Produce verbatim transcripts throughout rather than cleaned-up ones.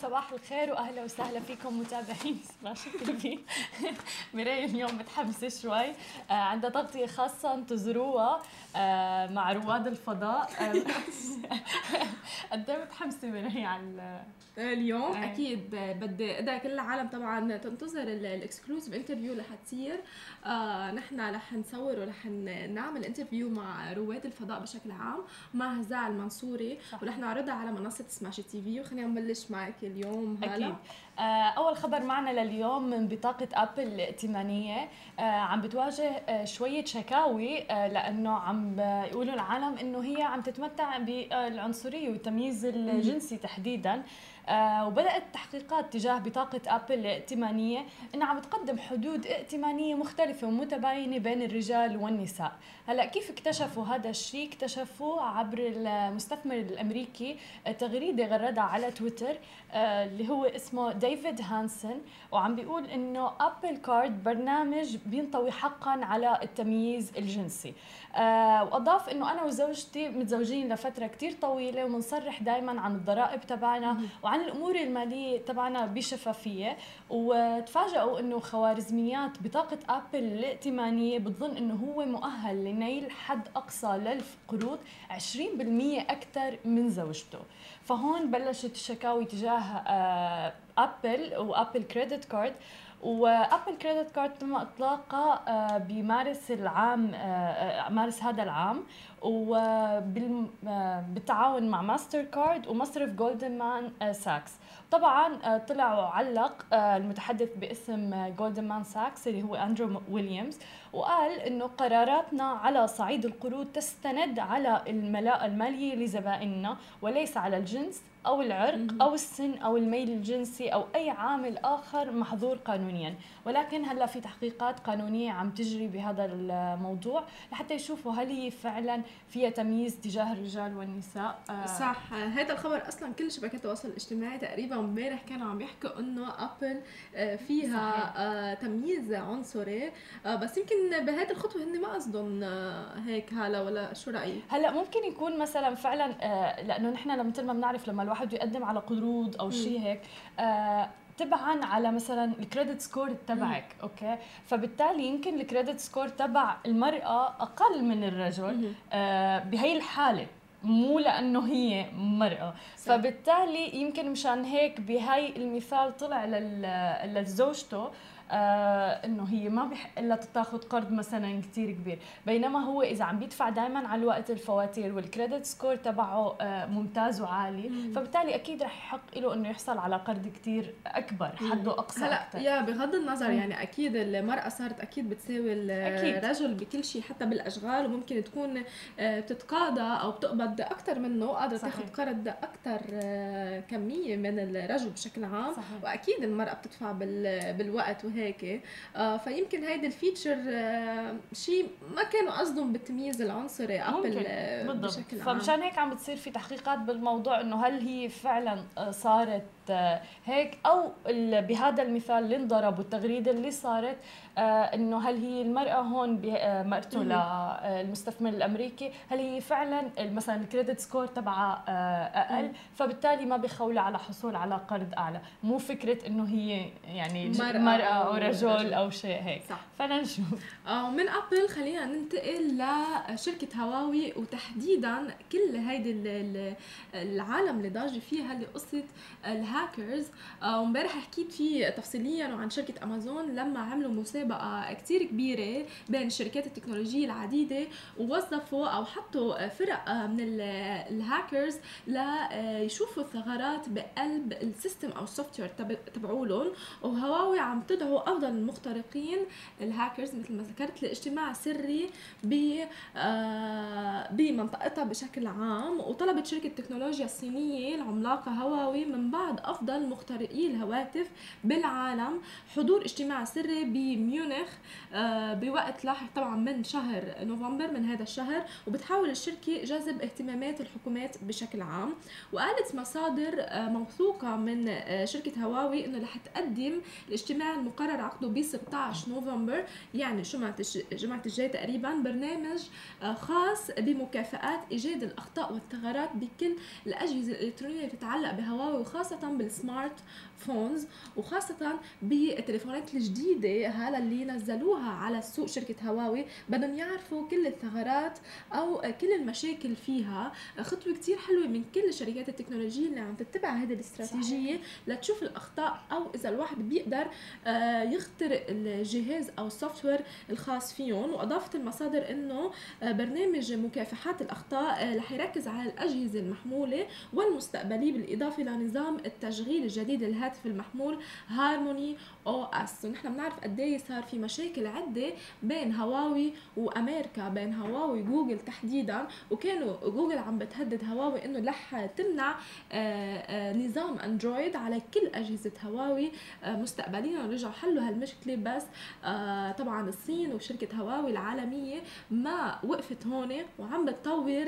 صباح الخير واهلا وسهلا فيكم متابعين سماش تي في. ميراي اليوم متحمسه شوي، آه عندها تغطيه خاصه انتظروها آه مع رواد الفضاء. قد ايه متحمسه ميراي على اليوم؟ أي. اكيد بدي ادعي كل العالم طبعا تنتظر الاكسكلوسيف انترفيو اللي حتصير. آه نحن رح نصور ورح نعمل انترفيو مع رواد الفضاء بشكل عام مع هزاع المنصوري، ورح نعرضها على منصه سماش تي في. وخلينا نبلش معك اليوم هلا. اكيد. آه اول خبر معنا لليوم من بطاقه ابل الائتمانيه. آه عم بتواجه آه شويه شكاوي، آه لانه عم بيقولوا العالم انه هي عم تتمتع بالعنصريه والتمييز الجنسي تحديدا. آه وبدأت تحقيقات تجاه بطاقة أبل الائتمانية إنها عم تقدم حدود ائتمانية مختلفة ومتباينة بين الرجال والنساء. هلأ كيف اكتشفوا هذا الشيء؟ اكتشفوا عبر المستثمر الأمريكي تغريدة غردها على تويتر آه اللي هو اسمه ديفيد هانسن، وعم بيقول إنه أبل كارد برنامج بينطوي حقا على التمييز الجنسي. آه وأضاف إنه أنا وزوجتي متزوجين لفترة كتير طويلة ومنصرح دائما عن الضرائب تبعنا وعن الامور الماليه تبعنا بشفافيه. وتفاجئوا انه خوارزميات بطاقه ابل الائتمانيه بتظن انه هو مؤهل لنيل حد اقصى للقروض عشرين بالمئة اكثر من زوجته. فهون بلشت الشكاوي تجاه ابل وابل كريدت كارد. وابل كريدت كارد تم اطلاقها بمارس العام مارس هذا العام، وبالتعاون مع ماستر كارد ومصرف جولدمان مان ساكس. طبعا طلع وعلق المتحدث باسم جولدمان مان ساكس اللي هو اندرو ويليامز، وقال انه قراراتنا على صعيد القروض تستند على الملاءة المالية لزبائننا وليس على الجنس أو العرق أو السن أو الميل الجنسي أو أي عامل آخر محظور قانونيا. ولكن هلا في تحقيقات قانونية عم تجري بهذا الموضوع لحتى يشوفوا هل هي فعلا فيها تمييز تجاه الرجال والنساء. آه صح، هذا الخبر أصلا كل شبكات التواصل الاجتماعي تقريبا امبارح كانوا عم يحكوا إنه أبل فيها آه تمييز عنصري. آه بس يمكن بهذه الخطوة هن ما قصدهم آه هيك هلا، ولا شو رأيك؟ هلا ممكن يكون مثلا فعلا آه لأنه نحن مثل ما بنعرف لما الواحد يقدم على قروض او شيء هيك آه تبعا على مثلا الكريدت سكور تبعك، اوكي، فبالتالي يمكن الكريدت سكور تبع المرأة اقل من الرجل آه بهي الحالة، مو لانه هي مرأة. صح. فبالتالي يمكن مشان هيك بهاي المثال طلع لزوجته آه انه هي ما بحق لها تاخذ قرض مثلا كثير كبير، بينما هو اذا عم بيدفع دائما على الوقت الفواتير والكريدت سكور تبعه آه ممتاز وعالي، مم. فبالتالي اكيد رح يحق له انه يحصل على قرض كثير اكبر، حده اقصى. هلا يا بغض النظر مم. يعني اكيد المراه صارت اكيد بتساوي الرجل بكل شيء، حتى بالاشغال، وممكن تكون بتتقاضى او بتقبض اكثر منه وقادره تاخذ قرض اكثر كميه من الرجل بشكل عام. صحيح. واكيد المراه بتدفع بالوقت هيك. آه فيمكن هيدا الفيتشر آه شيء ما كانوا قصدهم بالتمييز العنصري ابل آه بشكل عام. فمشان هيك عم بتصير في تحقيقات بالموضوع انه هل هي فعلا صارت آه هيك، او بهذا المثال اللي انضرب والتغريده اللي صارت آه انه هل هي المراه هون مرته للمستثمر الامريكي هل هي فعلا مثلا الكريدت سكور تبعها آه اقل، فبالتالي ما بيخولها على حصول على قرض اعلى، مو فكره انه هي يعني مرأة, مرأة أو رجل أو شيء هيك. صح. فنشوف آه من أبل خلينا ننتقل لشركة هواوي، وتحديدا كل هيدي العالم اللي ضاجي فيها اللي قصة الهاكرز. ومبارح حكيت فيه تفصيليا عن شركة أمازون لما عملوا مسابقة كتير كبيرة بين الشركات التكنولوجية العديدة، ووظفوا أو حطوا فرق من الهاكرز ليشوفوا الثغرات بقلب السيستم أو السوفتوير تبعولهم. وهواوي عم تدعو أفضل المخترقين الهاكرز مثل ما ذكرت لاجتماع سري بمنطقتها بشكل عام. وطلبت شركة التكنولوجيا الصينية العملاقة هواوي من بعض أفضل مخترقي الهواتف بالعالم حضور اجتماع سري بميونخ بوقت لاحق طبعا من شهر نوفمبر من هذا الشهر. وبتحاول الشركة جذب اهتمامات الحكومات بشكل عام. وقالت مصادر موثوقة من شركة هواوي إنه رح تقدم الاجتماع المقرر مقرر عقده ب ستة عشر نوفمبر، يعني جمعة جمعة الجاي تقريبا، برنامج خاص بمكافآت إيجاد الأخطاء والثغرات بكل الأجهزة الإلكترونية اللي تتعلق بهواوي، وخاصة بالسمارت فونز، وخاصة بالتليفونات الجديدة هلا اللي نزلوها على السوق شركة هواوي. بدهم يعرفوا كل الثغرات أو كل المشاكل فيها. خطوة كتير حلوة من كل الشركات التكنولوجية اللي عم تتبع هذه الاستراتيجية لتشوف الأخطاء، أو إذا الواحد بيقدر يخترق الجهاز أو السوفت وير الخاص فيهم. وأضافت المصادر إنه برنامج مكافحات الأخطاء رح يركز على الأجهزة المحمولة والمستقبلية، بالإضافة لنظام التشغيل الجديد للهاتف المحمول هارموني او اس. ونحن بنعرف قد ايه صار في مشاكل عده بين هواوي وامريكا، بين هواوي وجوجل تحديدا، وكانوا جوجل عم بتهدد هواوي انه رح تمنع نظام اندرويد على كل اجهزه هواوي مستقبليا. رجعوا حلوا هالمشكله، بس طبعا الصين وشركه هواوي العالميه ما وقفت هون، وعم بتطور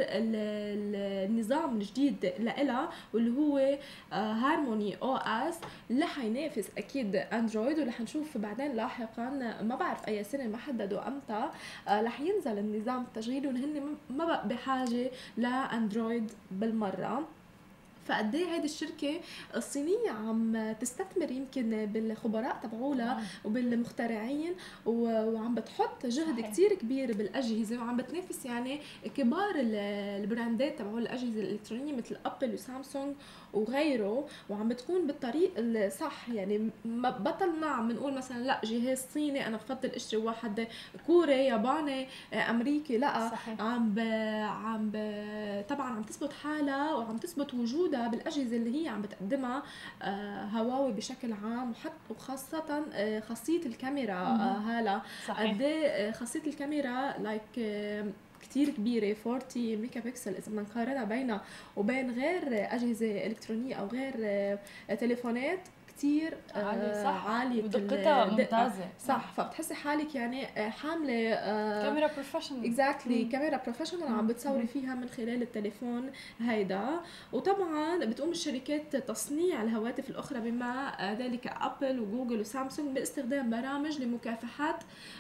النظام الجديد لها واللي هو هارموني او اس، اللي حينافس اكيد اندرويد. ورح نشوف بعدين لاحقا، ما بعرف اي سنه، ما حددوا امتى رح ينزل النظام التشغيلي، وهن ما بقى بحاجه لاندرويد بالمره. فقد ايه هيدي الشركه الصينيه عم تستثمر يمكن بالخبراء تبعولها وبالمخترعين، وعم بتحط جهد كتير كبير بالاجهزه، وعم بتنافس يعني كبار البراندات تبعول الاجهزه الالكترونيه مثل ابل وسامسونج وغيره، وعم بتكون بالطريق الصح. يعني بطلنا عم نقول مثلا لا جهاز صيني انا بفضل اشتري واحد كوري ياباني امريكي، لا صحيح. عم ب... عم ب... طبعا عم تثبت حالها وعم تثبت وجودها بالاجهزه اللي هي عم بتقدمها هواوي بشكل عام، وحتى وخاصه خاصيه الكاميرا. هلا قد ايه خاصيه الكاميرا لايك كتير كبيرة، أربعين ميجا بكسل، إذا بدنا نقارنها بينها وبين غير أجهزة إلكترونية أو غير تليفونات كتير عالية، صح، عالية ودقتها ممتازة، صح. فبتحسي حالك يعني حاملة كاميرا بروفيشنال، اكزاكتلي كاميرا بروفيشنال عم بتصوري فيها من خلال التليفون هيدا. وطبعا بتقوم الشركات تصنيع الهواتف الأخرى بما ذلك أبل وجوجل وسامسونج باستخدام برامج لمكافحات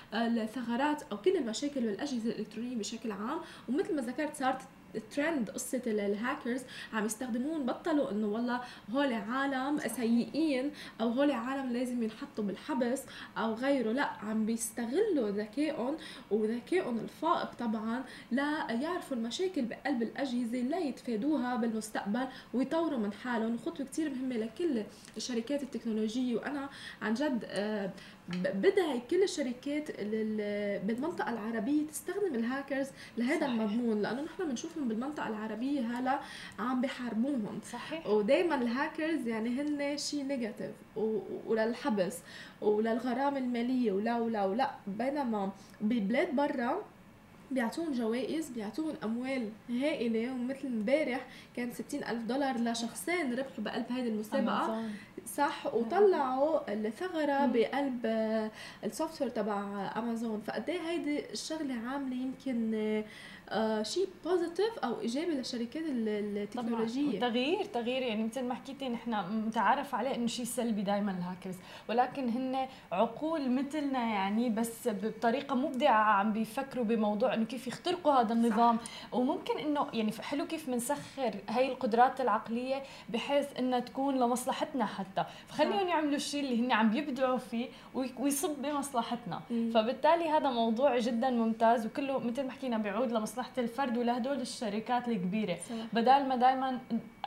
الثغرات أو كل المشاكل والأجهزة الإلكترونية بشكل عام. ومثل ما ذكرت صارت الترند قصة الهاكرز عم يستخدمون، بطلوا انه والله هول عالم سيئين او هول عالم لازم ينحطوا بالحبس او غيره، لا عم بيستغلوا ذكائهم وذكائهم الفائق طبعا لا يعرفوا المشاكل بقلب الأجهزة لا يتفادوها بالمستقبل ويطوروا من حالهم. وخطوة كتير مهمة لكل الشركات التكنولوجية، وانا عن جد آه بدها كل الشركات بالمنطقة العربية تستخدم الهاكرز لهذا المضمون، لأنه نحن بنشوفهم بالمنطقة العربية هلا عم بيحاربوهم. صحيح. ودايما الهاكرز يعني هن شيء نيجاتيف وللحبس وللغرامة المالية ولا ولا ولا، بينما ببلاد برا بيعطون جوائز، بيعطون أموال هائلة. ومثل مبارح كان ستين ألف دولار لشخصين ربحوا بقلب هذه المسابقة، صح، وطلعوا الثغرة بقلب السوفت وير تبع أمازون. فقد ايه هيدي الشغلة عاملة يمكن آه شيء بوزيتيف او ايجابي للشركات التكنولوجيه. تغيير تغيير يعني مثل ما حكيتي نحن متعارف عليه انه شيء سلبي دائما الهاكرز، ولكن هن عقول مثلنا يعني، بس بطريقه مبدعه عم بيفكروا بموضوع انه كيف يخترقوا هذا النظام. صح. وممكن انه يعني حلو كيف بنسخر هاي القدرات العقليه بحيث انها تكون لمصلحتنا حتى، فخليهم يعملوا الشيء اللي هن عم يبدعوا فيه ويصب بمصلحتنا. م. فبالتالي هذا موضوع جدا ممتاز، وكله مثل ما حكينا بيعود لمصلحة مصلحة الفرد ولهدول الشركات الكبيرة. صح. بدل ما دائما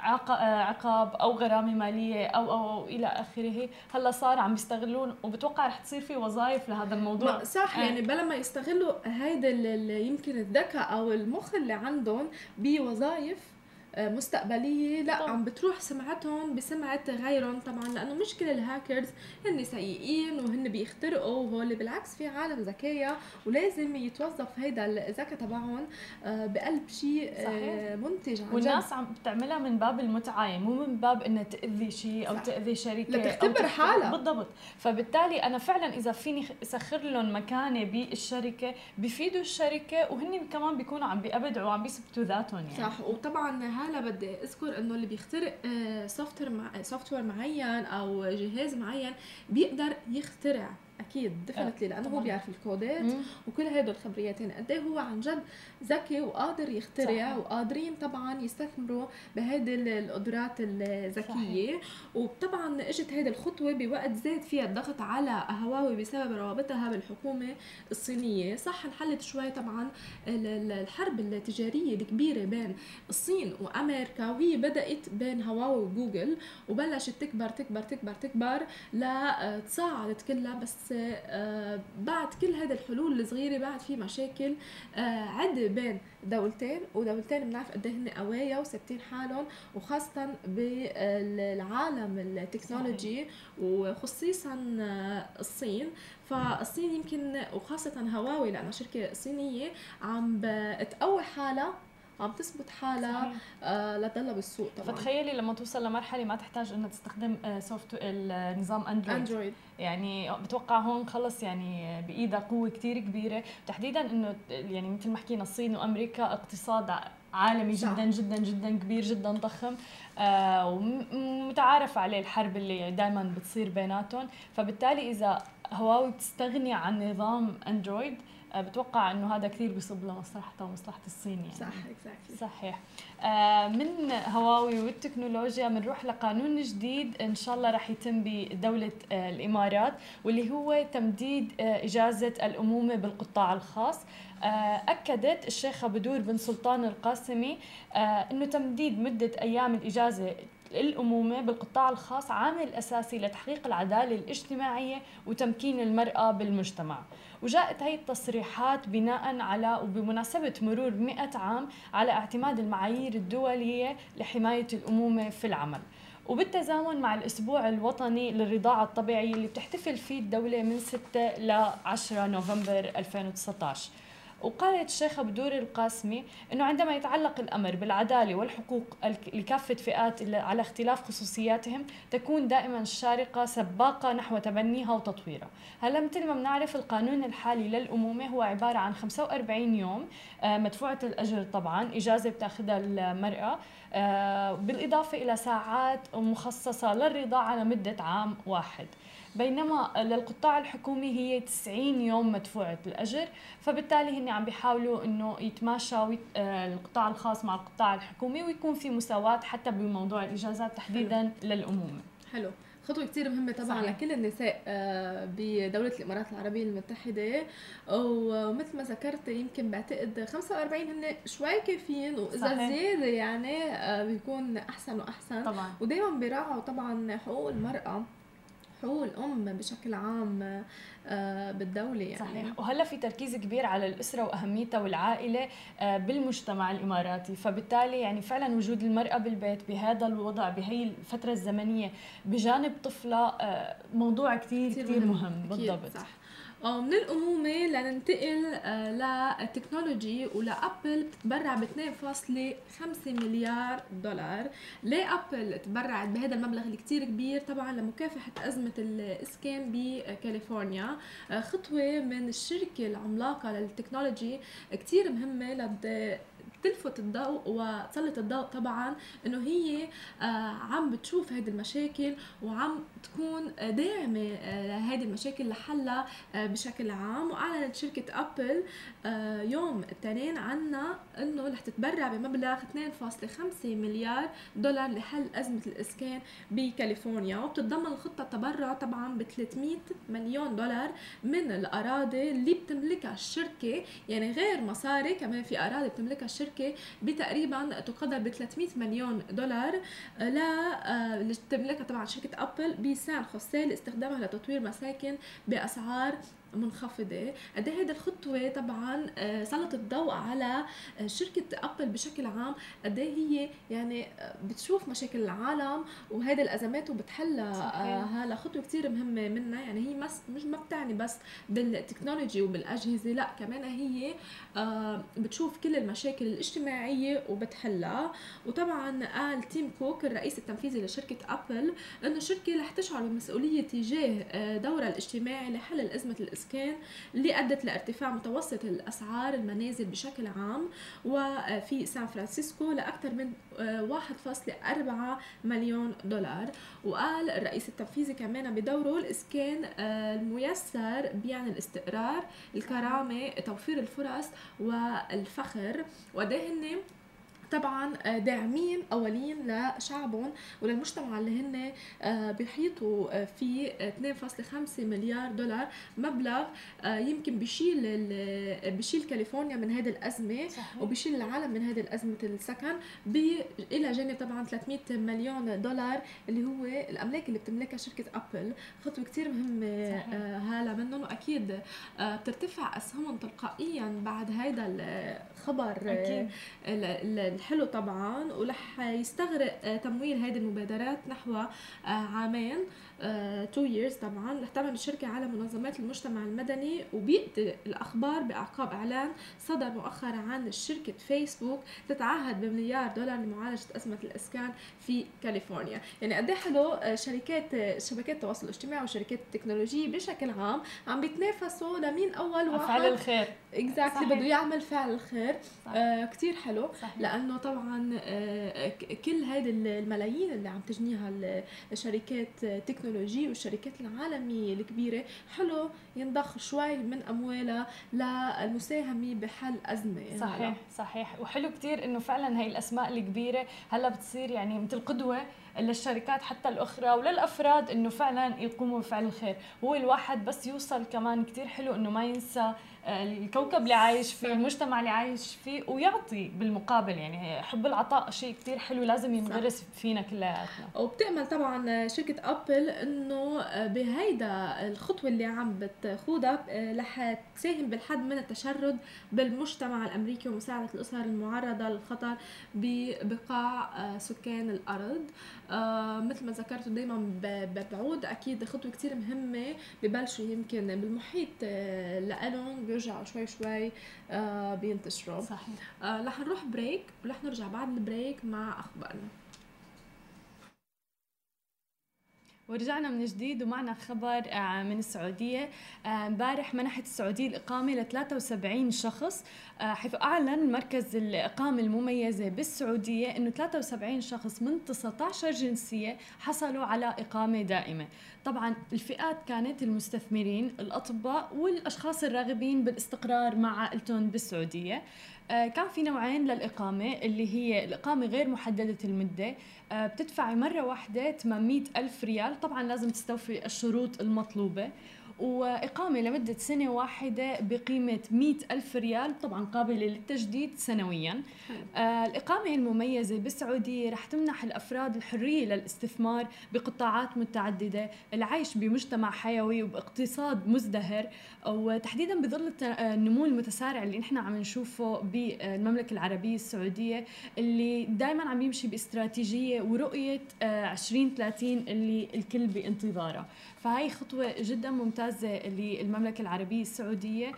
عقاب او غرامه ماليه او او, أو الى اخره، هلا صار عم بيستغلون، وبتوقع رح تصير في وظائف لهذا الموضوع. صح. آه. يعني بلا ما يستغلوا هيدا يمكن الذكاء او المخ اللي عندهم بوظائف مستقبليه، لا طبعا. عم بتروح سمعتهم بسمعه غيرهم طبعا، لانه مشكله الهاكرز هن سيئين وهن بيخترقوا، وهول بالعكس في عالم ذكيه ولازم يتوظف هيدا الذكاء تبعهم بقلب شيء منتج. عن والناس عم بتعملها من باب المتعه، يعني مو من باب انها تاذي شيء او صح. تاذي شركه لتختبر حالها بالضبط. فبالتالي انا فعلا اذا فيني اسخر لهم مكانه بالشركه بفيدوا الشركه، وهن كمان بيكونوا عم بيبدعوا وعم بيثبتوا ذاتهم يعني. صح. وطبعا هلا بدي اذكر انه اللي بيخترق سوفت وير مع سوفت وير معين او جهاز معين بيقدر يخترع اكيد ديفنتلي لانه هو بيعرف الكودات مم. وكل هدول الخبريات، يعني قد ايه هو عن جد ذكي وقادر يخترع. صحيح. وقادرين طبعا يستثمروا بهيدي القدرات الذكيه. صحيح. وطبعا اجت هيدي الخطوه بوقت زاد فيها الضغط على هواوي بسبب روابطها بالحكومه الصينيه. صح انحلت شوي طبعا الحرب التجاريه الكبيره بين الصين وامريكا، وهي بدات بين هواوي وجوجل وبلشت تكبر تكبر تكبر تكبر لتصاعدت كلها. بس بعد كل هذه الحلول الصغيره بعد في مشاكل عده بين دولتين، ودولتين بنعرف قد ايه هن قوايا وثابتين حالهم، وخاصه بالعالم التكنولوجي وخصيصا الصين. فالصين يمكن وخاصه هواوي لانها شركه صينيه عم بتقوي حالها، عم تثبت حالها آه لتضلها بالسوق طبعا. فتخيلي لما توصل لمرحله ما تحتاج انها تستخدم سوفت النظام اندرويد. اندرويد يعني بتوقع هون خلص يعني بايدها قوه كتير كبيره، تحديدا انه يعني مثل ما حكينا الصين وامريكا اقتصاد عالمي صح. جدا جدا جدا كبير جدا ضخم، آه ومتعارف عليه الحرب اللي دائما بتصير بيناتهم. فبالتالي اذا هواوي بتستغني عن نظام اندرويد بتوقع انه هذا كثير بيصب لمصلحتها ومصلحه الصين يعني. صح اكزاكتلي صحيح. آه من هواوي والتكنولوجيا بنروح لقانون جديد ان شاء الله رح يتم بدوله آه الامارات، واللي هو تمديد آه اجازه الامومه بالقطاع الخاص. آه اكدت الشيخه بدور بن سلطان القاسمي آه انه تمديد مده ايام الاجازه الأمومة بالقطاع الخاص عامل أساسي لتحقيق العدالة الاجتماعية وتمكين المرأة بالمجتمع. وجاءت هي التصريحات بناء على وبمناسبة مرور مئة عام على اعتماد المعايير الدولية لحماية الأمومة في العمل، وبالتزامن مع الأسبوع الوطني للرضاعة الطبيعية اللي بتحتفل فيه الدولة من ستة إلى عشرة نوفمبر ألفين وتسعة عشر. وقالت الشيخة بدور القاسمي أنه عندما يتعلق الأمر بالعدالة والحقوق لكافة فئات على اختلاف خصوصياتهم تكون دائما الشارقة سباقة نحو تبنيها وتطويرها. هلا مثل ما بنعرف القانون الحالي للأمومة هو عبارة عن خمسة وأربعين يوم مدفوعة الأجر، طبعا إجازة بتاخذها المرأة بالإضافة إلى ساعات مخصصة للرضاعة لمدة عام واحد، بينما للقطاع الحكومي هي تسعين يوم مدفوعة الأجر. فبالتالي هن عم بيحاولوا إنه يتماشوا القطاع الخاص مع القطاع الحكومي ويكون في مساواة حتى بموضوع الإجازات تحديدا حلو. للأمومة. حلو، خطوة كتير مهمة طبعا صحيح. لكل النساء بدولة الإمارات العربية المتحدة، ومثل ما ذكرت يمكن بعتقد خمسة وأربعين هن شوي كافيين، وإذا زيادة يعني بيكون أحسن وأحسن طبعا. ودايما بيراعوا طبعا حقوق المرأة، حقوق الأم بشكل عام بالدولة يعني. صحيح. وهلا في تركيز كبير على الأسرة وأهميتها والعائلة بالمجتمع الإماراتي، فبالتالي يعني فعلا وجود المرأة بالبيت بهذا الوضع بهي الفترة الزمنية بجانب طفلة موضوع كتير كتير, كتير مهم, مهم. بالضبط صح. من الأمومة لننتقل للتكنولوجي، ولأبل بتتبرع ب اثنين فاصلة خمسة مليار دولار. ليه أبل تبرعت بهذا المبلغ اللي كتير كبير؟ طبعا لمكافحة أزمة الإسكان بكاليفورنيا. خطوة من الشركة العملاقة للتكنولوجي كتير مهمة لد تلفت الضوء وتسلط الضوء طبعا انه هي عم بتشوف هذه المشاكل وعم تكون داعمه لهذه المشاكل لحلها بشكل عام. واعلنت شركه ابل يوم الاثنين عنا انه رح تتبرع بمبلغ اثنين فاصلة خمسة مليار دولار لحل ازمه الاسكان بكاليفورنيا، وبتتضمن الخطه تبرع طبعا ب ثلاثمئة مليون دولار من الاراضي اللي بتملكها الشركه، يعني غير مصاري كمان في اراضي بتملكها الشركه بتقريبا تقدر ب ثلاثمئة مليون دولار لا اللي تملكها طبعا شركه ابل بسان خوسيه لاستخدامها لتطوير مساكن باسعار منخفضة. قد ايه هيدي الخطوة طبعا سلطت الضوء على شركة أبل بشكل عام، قد ايه هي يعني بتشوف مشاكل العالم وهيدي الأزمات وبتحلها. هلا خطوة كتير مهمة منها، يعني هي مش ما بتعني بس بالتكنولوجي وبالأجهزة، لا كمان هي بتشوف كل المشاكل الاجتماعية وبتحلها. وطبعا قال تيم كوك الرئيس التنفيذي لشركة أبل إنه الشركة رح تشعر بمسؤولية تجاه دورها الاجتماعي لحل الأزمة الإسكان اللي أدت لارتفاع متوسط الأسعار المنازل بشكل عام وفي سان فرانسيسكو لأكثر من واحد فاصلة أربعة مليون دولار. وقال الرئيس التنفيذي كمان بدوره الإسكان الميسر بيعني الاستقرار، الكرامة، توفير الفرص والفخر، وده هن طبعا داعمين اولين لشعبهم وللمجتمع اللي هن بيحيطوا في اثنين فاصلة خمسة مليار دولار، مبلغ يمكن بيشيل بيشيل كاليفورنيا من هذه الازمه. صحيح. وبيشيل العالم من هذه الازمه السكن، الى جانب طبعا ثلاثمية مليون دولار اللي هو الاملاك اللي بتملكها شركه ابل. خطوه كتير مهمه هاله منهم، واكيد بترتفع اسهمهم تلقائيا بعد هذا الخبر. أكيد. الحلو طبعا، ورح يستغرق تمويل هذه المبادرات نحو عامين تو ييرز. طبعا رح تعمل الشركة على منظمات المجتمع المدني، وبيأتي الأخبار بأعقاب إعلان صدر مؤخرا عن شركة فيسبوك تتعهد بمليار دولار لمعالجة أزمة الإسكان في كاليفورنيا. يعني قد ايه حلو شركات شبكات التواصل الاجتماعي وشركات التكنولوجيا بشكل عام عم بيتنافسوا لمين أول واحد فعل الخير اكزاكتلي بده يعمل فعل الخير. آه كتير حلو. صحيح. لأنه طبعا آه كل هذه الملايين اللي عم تجنيها الشركات التكنولوجية والشركات العالمية الكبيرة، حلو ينضخ شوي من أموالها للمساهمة بحل أزمة. صحيح هلا. صحيح. وحلو كتير إنه فعلا هاي الأسماء الكبيرة هلا بتصير يعني مثل قدوة للشركات حتى الأخرى وللأفراد، إنه فعلا يقوموا بفعل الخير. هو الواحد بس يوصل كمان كتير حلو إنه ما ينسى الكوكب اللي عايش فيه، المجتمع اللي عايش فيه، ويعطي بالمقابل. يعني حب العطاء شيء كتير حلو لازم ينغرس فينا كلياتنا. وبتأمل طبعا شركة أبل إنه بهيدا الخطوة اللي عم بتخوضها رح تساهم بالحد من التشرد بالمجتمع الأمريكي ومساعدة الأسر المعرضة للخطر ببقاع سكان الأرض. آه مثل ما ذكرت دايما بعود أكيد خطوة كتير مهمة ببلشوا يمكن بالمحيط آه لألهم بيرجعوا شوي شوي آه بينتشروا. صحيح. آه رح نروح بريك ورح نرجع بعد البريك مع أخبارنا. ورجعنا من جديد ومعنا خبر من السعودية. امبارح منحت السعودية الإقامة ل ثلاثة وسبعين شخص، حيث أعلن مركز الإقامة المميزة بالسعودية أنه ثلاثة وسبعين شخص من تسعة عشر جنسية حصلوا على إقامة دائمة. طبعا الفئات كانت المستثمرين، الأطباء، والأشخاص الراغبين بالاستقرار مع عائلتهم بالسعودية. كان في نوعين للإقامة، اللي هي الإقامة غير محددة المدة، بتدفعي مرة واحدة ثمانمية ألف ريال، طبعا لازم تستوفي الشروط المطلوبة، وإقامة لمدة سنة واحدة بقيمة مئة ألف ريال، طبعا قابلة للتجديد سنويا. آه الإقامة المميزة بالسعودية رح تمنح الأفراد الحرية للاستثمار بقطاعات متعددة، العيش بمجتمع حيوي وباقتصاد مزدهر، وتحديدا بظل النمو المتسارع اللي نحن عم نشوفه بالمملكة العربية السعودية، اللي دائما عم يمشي باستراتيجية ورؤية آه عشرين ثلاثين اللي الكل بانتظارها. فهي خطوة جدا ممتازة للمملكة العربية السعودية،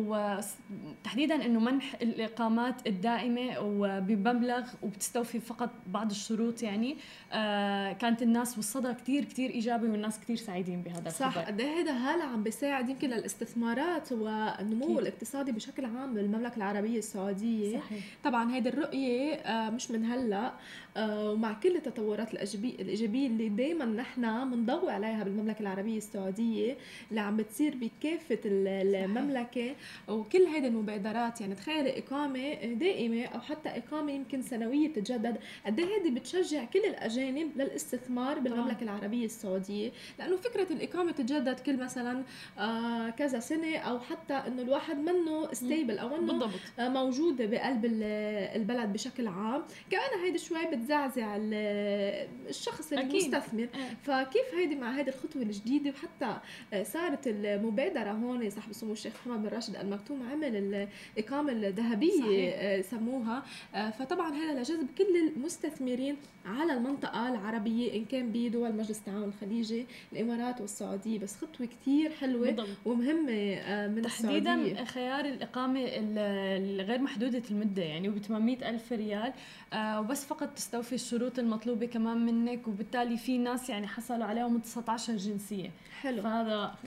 وتحديدا انه منح الاقامات الدائمه وبمبلغ وبتستوفي فقط بعض الشروط. يعني آه كانت الناس والصدى كتير كتير ايجابي، والناس كتير سعيدين بهذا الخبر. صح. قد ايه هذا هلا عم بيساعد يمكن للاستثمارات والنمو كتير. الاقتصادي بشكل عام بالمملكه العربيه السعوديه. صحيح. طبعا هيدي الرؤيه آه مش من هلا، آه ومع كل التطورات الايجابيه اللي دائما نحن بنضوي عليها بالمملكه العربيه السعوديه اللي عم بتصير بكافه المملكه. وكل هيدي المبادرات، يعني تخيل إقامة دائمة أو حتى إقامة يمكن سنوية تتجدد، قد ايه هيدي بتشجع كل الأجانب للاستثمار بالمملكة العربية السعودية، لأنه فكرة الإقامة تتجدد كل مثلا آه كذا سنة، أو حتى إنه الواحد منه ستيبل أو منه آه موجود بقلب البلد بشكل عام. كمان هيدي شوي بتزعزع الشخص المستثمر. فكيف هيدي مع هيدي الخطوة الجديدة، وحتى آه صارت المبادرة هون صاحب السمو الشيخ محمد بن راشد المكتوم عمل الإقامة الذهبية سموها. فطبعا هذا لجذب كل المستثمرين على المنطقة العربية، إن كان بدول مجلس التعاون الخليجي، الإمارات والسعودية. بس خطوة كتير حلوة بالضبط. ومهمة من تحديدا السعودية. تحديدا خيار الإقامة الغير محدودة المدة، يعني ب ثمانمية ألف ريال، وبس فقط تستوفي الشروط المطلوبة كمان منك، وبالتالي في ناس يعني حصلوا عليهم تسعة عشر جنسية. حلو. فهذا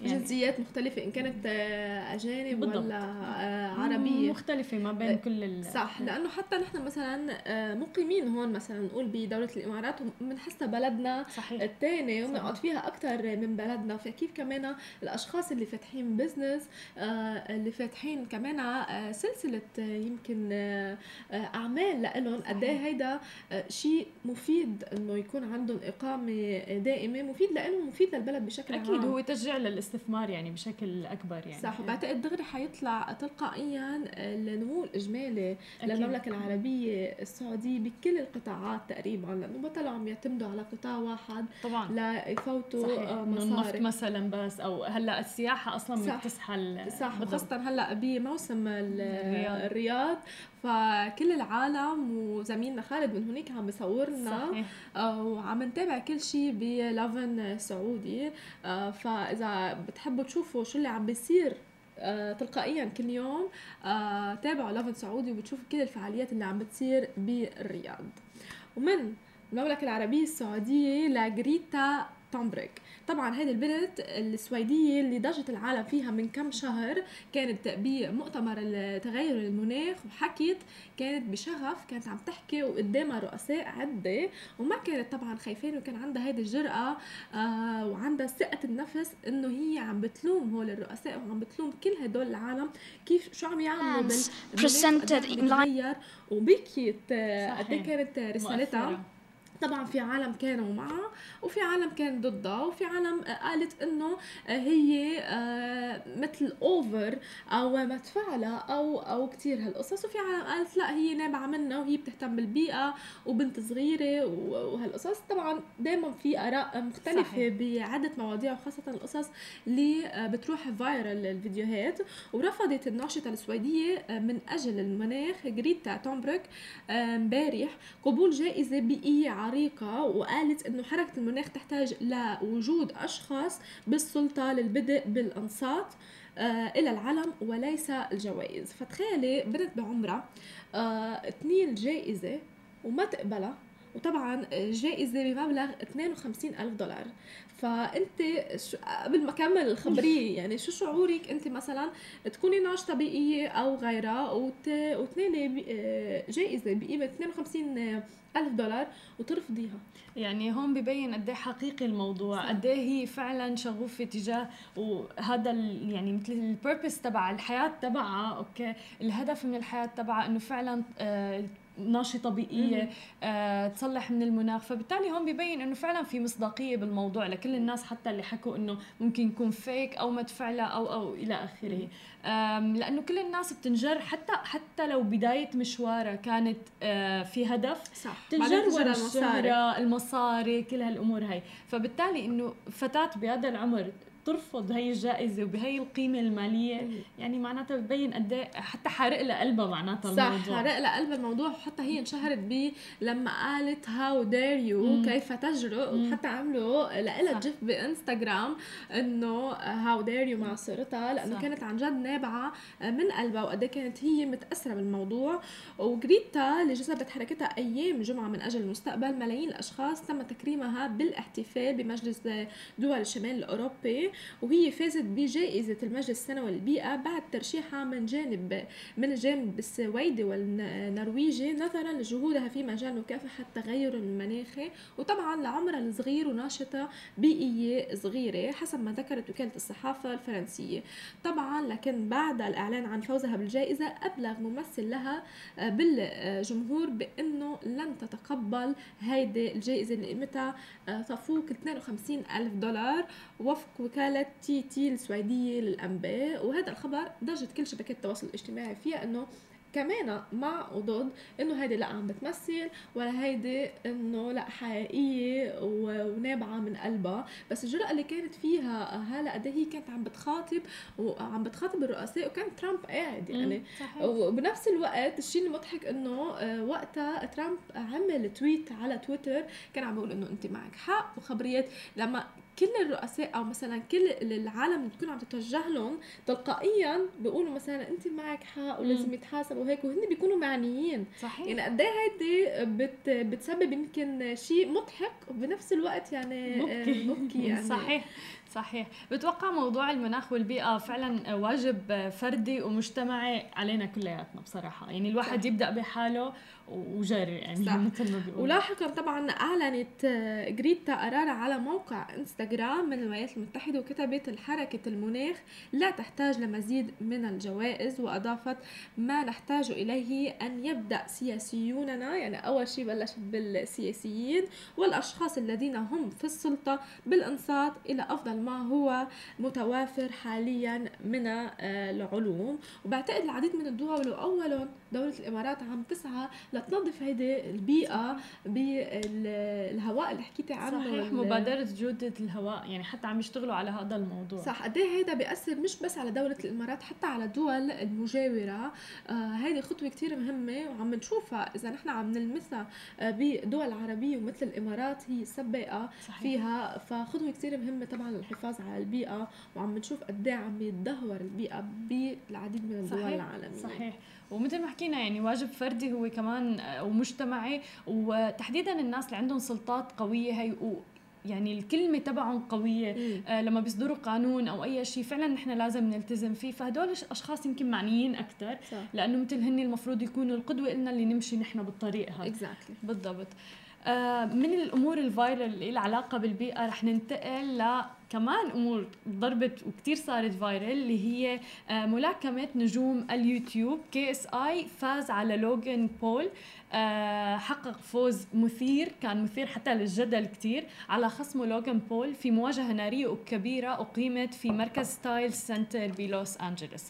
يعني جنسيات مختلفة إن كانت آه، أجانب بالضبط. ولا آه، عربية مختلفة ما بين كل ال... صح. لأنه حتى نحن مثلا آه، مقيمين هون مثلا نقول بدولة الإمارات وبنحسها بلدنا صحيح. الثاني وبنقعد فيها أكتر من بلدنا. فكيف كمان الأشخاص اللي فاتحين بزنس اللي فاتحين كمان آه، سلسلة آه، يمكن آه، آه، أعمال لإلهم قد ايه هيدا آه، شيء مفيد إنه يكون عندهم إقامة دائمة، مفيد لإلهم مفيد للبلد بشكل اكيد عام. هو تشجيع للاستثمار يعني بشكل اكبر يعني. صح. وبعتقد دغري حيطلع تلقائيا النمو الاجمالي للمملكه العربيه السعوديه بكل القطاعات تقريبا، لانه بطلوا عم يعتمدوا على قطاع واحد طبعا ليفوتوا مصاري. النفط مثلا بس، او هلا السياحه اصلا مكتسحه. صح. وخاصه هلا بموسم الرياض. الرياض فكل العالم، وزميلنا خالد من هناك عم بيصورنا وعم نتابع كل شيء بلافن سعودي. فاذا بتحبوا تشوفوا شو اللي عم بيصير آه، تلقائيا كل يوم آه، تابعوا لافن سعودي وبتشوفوا كل الفعاليات اللي عم بتصير بالرياض. ومن المملكة العربية السعودية لغريتا تومبرغ. طبعا هذه البنت السويدية اللي ضجت العالم فيها من كم شهر، كانت بمؤتمر تغير المناخ وحكيت، كانت بشغف، كانت عم تحكي وقدامها رؤساء عدة وما كانت طبعا خايفين، وكان عندها هذه الجرأة آه وعندها ثقة النفس انه هي عم بتلوم هول الرؤساء وعم بتلوم كل هدول العالم كيف شو عم يعملوا بالمناخ وبكيت آه قد ايه كانت رسالتها مؤثرة. طبعا في عالم كانوا معها وفي عالم كان ضدها، وفي عالم قالت انه هي مثل اوفر او مدفعلة او او كتير هالقصص، وفي عالم قالت لا هي نابعة منا وهي بتهتم بالبيئة وبنت صغيرة وهالقصص. طبعا دايما في اراء مختلفة صحيح. بعدة مواضيع وخاصة القصص اللي بتروح فايرال الفيديوهات. ورفضت الناشطة السويدية من اجل المناخ غريتا تومبرغ امبارح قبول جائزة بيئية عريقة، وقالت انه حركة المناخ تحتاج لوجود اشخاص بالسلطة للبدء بالانصات آه الى العلم وليس الجوائز. فتخيلي بنت بعمرها آه تنيل جائزة وما تقبلها، وطبعا جائزة بمبلغ اثنين وخمسين ألف دولار. فانت قبل ما كمل الخبرية يعني شو شعورك انت مثلا تكوني ناشطة بيئية او غيرها وت... وتنالي جائزة بقيمة اثنين وخمسين ألف دولار وترفضيها؟ يعني هون ببين قد ايه حقيقي الموضوع، قد ايه هي فعلا شغوفه تجاه وهذا يعني مثل البيربس تبع الحياه تبعها. اوكي الهدف من الحياه تبعها انه فعلا آه ناشطة بيئية آه، تصلح من المناخ. فبالتالي هون بيبين انه فعلا في مصداقية بالموضوع لكل الناس، حتى اللي حكوا انه ممكن يكون فيك او مدفعلة او او الى اخره، لانه كل الناس بتنجر حتى حتى لو بداية مشوارها كانت آه في هدف صح. تنجر ورا الشهرة المصاري كل هالامور هاي. فبالتالي انه فتاة بهذا العمر ترفض هي الجائزة وبهي القيمة المالية مم. يعني معناتها ببين قد ايه حتى حارق لها قلبها معناتها الموضوع. صح حارق لها قلبها الموضوع. وحتى هي انشهرت ب لما قالت هاو دير يو كيف تجرؤ، وحتى عملوا لها جيف بانستغرام انه هاو دير يو مع صورتها، لانه صح. كانت عن جد نابعة من قلبها وقد كانت هي متأثرة بالموضوع. وغريتا اللي جذبت حركتها ايام جمعة من اجل المستقبل ملايين الاشخاص تم تكريمها بالاحتفال بمجلس دول الشمال الاوروبي، وهي فازت بجائزة المجلس السنوي للبيئة بعد ترشيحها من جانب من الجانب السويدي والنرويجي نظرا لجهودها في مجال مكافحة التغير المناخي، وطبعا لعمرها الصغير وناشطة بيئية صغيرة حسب ما ذكرت وكالة الصحافة الفرنسية. طبعا لكن بعد الإعلان عن فوزها بالجائزة أبلغ ممثل لها بالجمهور بأنه لن تتقبل هيدي الجائزة اللي قيمتها تفوق اثنين وخمسين ألف دولار وفق وكالة تي تي السويدية للأنباء. وهذا الخبر ضجت كل شبكات التواصل الاجتماعي فيها انه كمان مع وضد، انه هيدي لا عم بتمثل ولا هيدي انه لا حقيقيه ونابعه من قلبها. بس الجرأة اللي كانت فيها هلا قد هي كانت عم بتخاطب وعم بتخاطب الرؤساء وكان ترامب قاعد يعني. وبنفس الوقت الشيء المضحك انه وقتها ترامب عمل تويت على تويتر كان عم بيقول انه انت معك حق وخبريات. لما كل الرؤساء او مثلا كل العالم اللي بتكون عم تتوجه لهم تلقائيا بيقولوا مثلا انت معك حق ولازم يتحاسبوا وهيك، وهن بيكونوا معنيين. صحيح. يعني قد ايه هيدي بت بتسبب يمكن شيء مضحك وبنفس الوقت يعني مبكي, مبكي يعني. صحيح صحيح. بتوقع موضوع المناخ والبيئة فعلا واجب فردي ومجتمعي علينا كلياتنا بصراحة، يعني الواحد صح. يبدأ بحاله وجري يعني صح. مثل ما بيقول. ولاحقا طبعا أعلنت غريتا أرارا على موقع انستغرام من الولايات المتحدة وكتبت: الحركة المناخ لا تحتاج لمزيد من الجوائز، وأضافت: ما نحتاج إليه أن يبدأ سياسيوننا، يعني أول شيء بلشت بالسياسيين والأشخاص الذين هم في السلطة، بالإنصات إلى أفضل ما هو متوافر حاليا من العلوم. وبعتقد العديد من الدول وأولهم دولة الإمارات عم تسعى لتنظف هيدي البيئة بالهواء اللي حكيتي عنه. صحيح. مبادرة جودة الهواء، يعني حتى عم يشتغلوا على هذا الموضوع. صح. قد ايه هيدا بيأثر مش بس على دولة الإمارات، حتى على دول المجاورة. آه هيدي خطوة كتير مهمة وعم نشوفها إذا نحن عم نلمسها آه بدول عربية ومثل الإمارات هي سباقة فيها. فخطوة كتير مهمة طبعا للحفاظ على البيئة، وعم نشوف قد ايه عم يتدهور البيئة بالعديد من الدول العالمية. صحيح. ومثل ما حكينا يعني واجب فردي هو كمان ومجتمعي، وتحديدا الناس اللي عندهم سلطات قوية هي و يعني الكلمة تبعهم قوية. آه لما بيصدروا قانون أو أي شيء فعلا نحن لازم نلتزم فيه، فهدول أشخاص يمكن معنيين أكتر صح. لأنه مثل هني المفروض يكونوا القدوة إلنا اللي نمشي نحن بالطريقها. exactly. بالضبط. آه من الأمور الفايرال اللي لها علاقة بالبيئة رح ننتقل ل كمان أمور ضربت وكتير صارت فايرال، اللي هي آه ملاكمة نجوم اليوتيوب. كي اس آي فاز على لوغان بول، آه حقق فوز مثير، كان مثير حتى للجدل كتير على خصمه لوغان بول في مواجهة نارية وكبيرة أقيمت في مركز ستايل سنتر بلوس أنجلوس.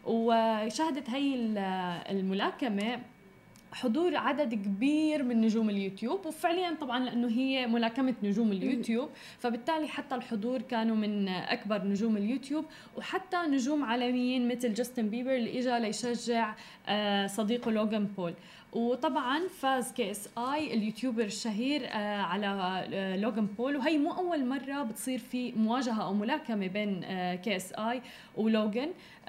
وشهدت هي الملاكمة حضور عدد كبير من نجوم اليوتيوب، وفعليا طبعا لانه هي ملاكمه نجوم اليوتيوب فبالتالي حتى الحضور كانوا من اكبر نجوم اليوتيوب، وحتى نجوم عالميين مثل جاستن بيبر اللي اجى ليشجع صديقه لوغان بول. وطبعا فاز كي اس اي اليوتيوبر الشهير على لوغان بول، وهي مو اول مره بتصير في مواجهه او ملاكمه بين كي اس اي ولوغان.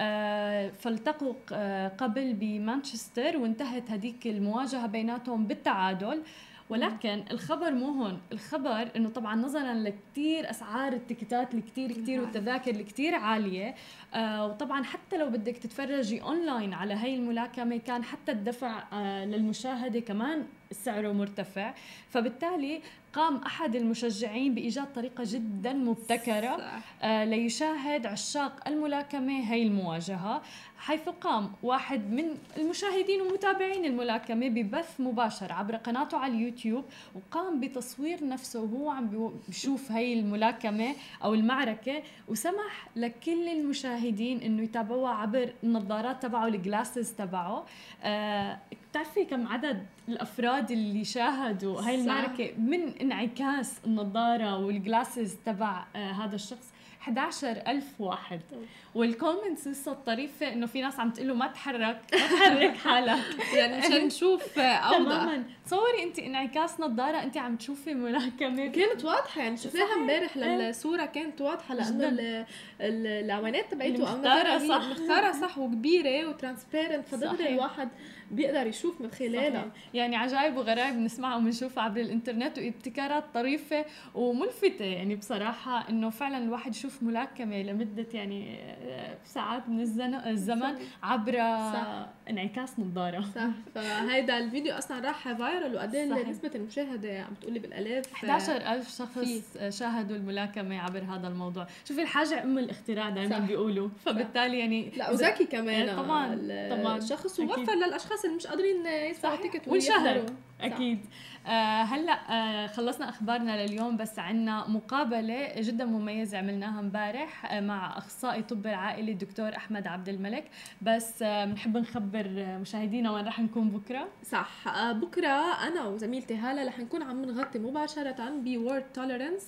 فالتقوا قبل بمانشستر وانتهت هديك المواجهه بيناتهم بالتعادل. ولكن الخبر مو هون، الخبر انه طبعا نظرا لكتير اسعار التيكتات الكتير كتير والتذاكر الكتير عاليه، آه وطبعا حتى لو بدك تتفرجي اونلاين على هاي الملاكمه كان حتى الدفع آه للمشاهده كمان سعره مرتفع، فبالتالي قام أحد المشجعين بإيجاد طريقة جدا مبتكرة آه ليشاهد عشاق الملاكمة هاي المواجهة، حيث قام واحد من المشاهدين ومتابعين الملاكمة ببث مباشر عبر قناته على اليوتيوب، وقام بتصوير نفسه وهو عم بيشوف هاي الملاكمة أو المعركة، وسمح لكل المشاهدين إنه يتابعوها عبر النظارات تبعه الجلاسز تبعه. آه بتعرفي كم عدد الأفراد اللي شاهدوا هاي المعركة من انعكاس النظارة والجلاسز تبع آه هذا الشخص؟ إحدى عشر ألف واحد. والكومنتس لسه الطريفة إنه في ناس عم تقوله ما تحرك ما تحرك حالك يعني مشان نشوف أوضح. تماما. تصوري أنت انعكاس نظارة أنت عم تشوفي ملاكمة كانت واضحة، يعني شفناها امبارح للصورة كانت واضحة لأنه العوانات تبعته مختارة صح مختارة صح وكبيرة وترانسبيرنت، فدغري الواحد بيقدر يشوف من خلالها. يعني عجائب وغرائب بنسمعها وبنشوفها عبر الانترنت وابتكارات طريفة وملفتة، يعني بصراحة إنه فعلا الواحد يشوف ملاكمة لمدة يعني ساعات من الزمن عبر صح. انعكاس نظارة صح. فهيدا الفيديو أصلا راح فايرل، وقديه نسبة المشاهدة عم تقولي بالألاف. إحدى عشر ألف شخص فيه. شاهدوا الملاكمة عبر هذا الموضوع. شوفي الحاجة أم الاختراع دائما بيقولوا، فبالتالي يعني لا وذكي كمان طبعا طبعا الشخص، ووفر للأشخاص اللي مش قادرين يدفعوا تيكت ويشاهدوا أكيد. آه هلا آه خلصنا أخبارنا لليوم، بس عنا مقابلة جدا مميزة عملناها امبارح آه مع أخصائي طب العائلي الدكتور أحمد عبد الملك، بس بنحب آه نخبر مشاهدينا وين رح نكون بكرة. صح. آه بكرة أنا وزميلتي هالة رح نكون عم نغطي مباشرة بورد توليرنس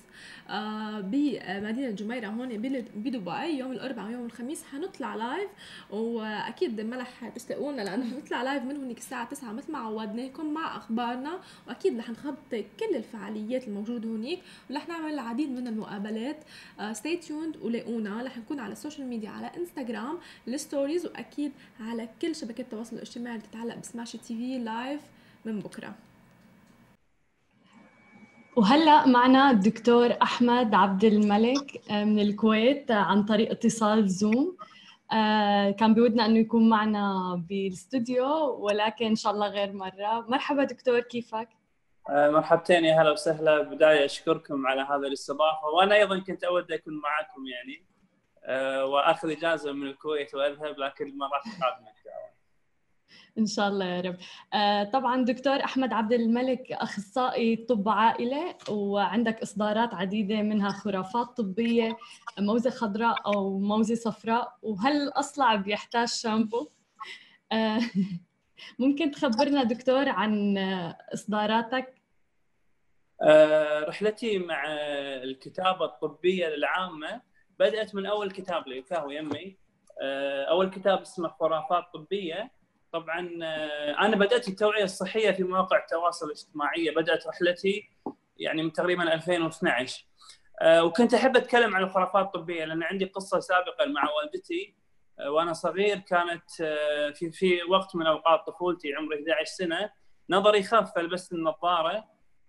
آه بمدينة جميرة هون بدبي يوم الأربعاء ويوم الخميس. حنطلع لايف، وأكيد ما رح تشتاقونا لأنه حنطلع لايف من هونيك الساعة تسعة مثل ما عودناكم مع أخبارنا، وأكيد رح نغطي كل الفعاليات الموجودة هونيك، ورح نعمل العديد من المقابلات. ستي تيوند ولاقونا، رح نكون على السوشيال ميديا على انستغرام الستوريز، وأكيد على كل شبكات التواصل الاجتماعي اللي تتعلق بسماشي تي في لايف من بكرة. وهلأ معنا الدكتور أحمد عبد الملك من الكويت عن طريق اتصال زوم. كان بودنا أنه يكون معنا بالاستوديو ولكن إن شاء الله غير مرة. مرحبا دكتور، كيفك؟ مرحبتين، يا هلا وسهلا. بداية أشكركم على هذا الاستضافة، وأنا أيضا كنت أود أكون معكم يعني وأخذ إجازة من الكويت وأذهب، لكن المرات القادمة إن شاء الله. إن شاء الله يا رب. طبعاً دكتور أحمد عبد الملك أخصائي طب عائلة، وعندك إصدارات عديدة منها خرافات طبية، موزة خضراء أو موزة صفراء، وهل الأصلع بيحتاج شامبو؟ ممكن تخبرنا دكتور عن إصداراتك؟ رحلتي مع الكتابة الطبية للعامة بدأت من أول كتاب لي فهو يمي. أول كتاب اسمه خرافات طبية. طبعا أنا بدأت التوعية الصحية في مواقع التواصل الاجتماعي، بدأت رحلتي يعني من تقريبا ألفين واثني عشر، وكنت أحب أتكلم عن الخرافات الطبية لأن عندي قصة سابقة مع والدتي. وأنا صغير كانت في في وقت من أوقات طفولتي عمري إحدى عشرة سنة نظري خف فلبست النظارة،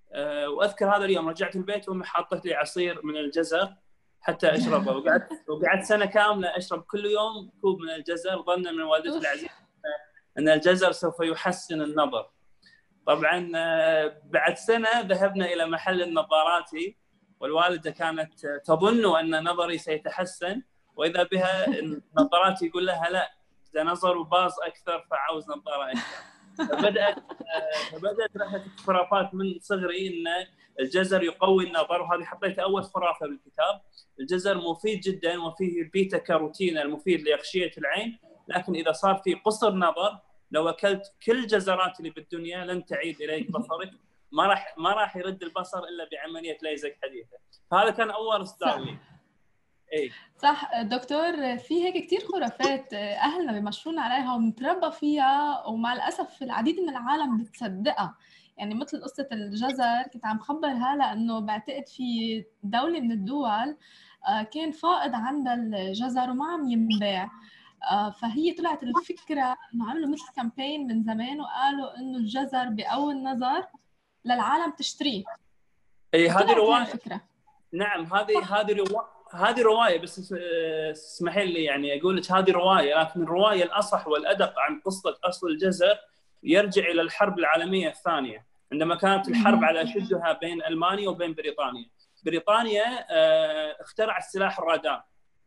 واذكر هذا اليوم رجعت البيت وامي حطت لي عصير من الجزر حتى اشربه، وقعدت وقعدت سنه كامله اشرب كل يوم كوب من الجزر ظنا من والدتي العزيزه ان الجزر سوف يحسن النظر. طبعا بعد سنه ذهبنا الى محل النظارات والوالده كانت تظن ان نظري سيتحسن، واذا بها النظارات يقول لها لا، ده نظر وباظ اكثر فعاوز نظاره اكثر. فبدأت فبدأت رحلة الخرافات من صغري ان الجزر يقوي النظر، وهذه حطيت اول خرافه بالكتاب. الجزر مفيد جدا وفيه البيتا كاروتين المفيد لاغشيه العين، لكن اذا صار في قصر نظر لو اكلت كل الجزرات اللي بالدنيا لن تعيد اليك بصرك، ما راح ما راح يرد البصر الا بعمليه ليزك حديثه. فهذا كان اول اصدار لي. ايه صح دكتور، في هيك كثير خرافات اهلنا بمشرونا عليها وبنتربى فيها، ومع الاسف العديد من العالم بتصدقها. يعني مثل قصه الجزر، كنت عم خبرها لانه بعتقد في دوله من الدول كان فائض عندها الجزر وما عم ينباع، فهي طلعت الفكره انه عملوا مثل كامبين من زمان وقالوا انه الجزر بقوي النظر للعالم تشتريه. اي هذه روايه. نعم هذه هذه روايه هذه روايه، بس اسمحي لي يعني اقول لك هذه روايه، لكن الروايه الاصح والادق عن قصه اصل الجزر يرجع الى الحرب العالميه الثانيه، عندما كانت الحرب على اشدها بين المانيا وبين بريطانيا. بريطانيا اخترعت سلاح الرادار،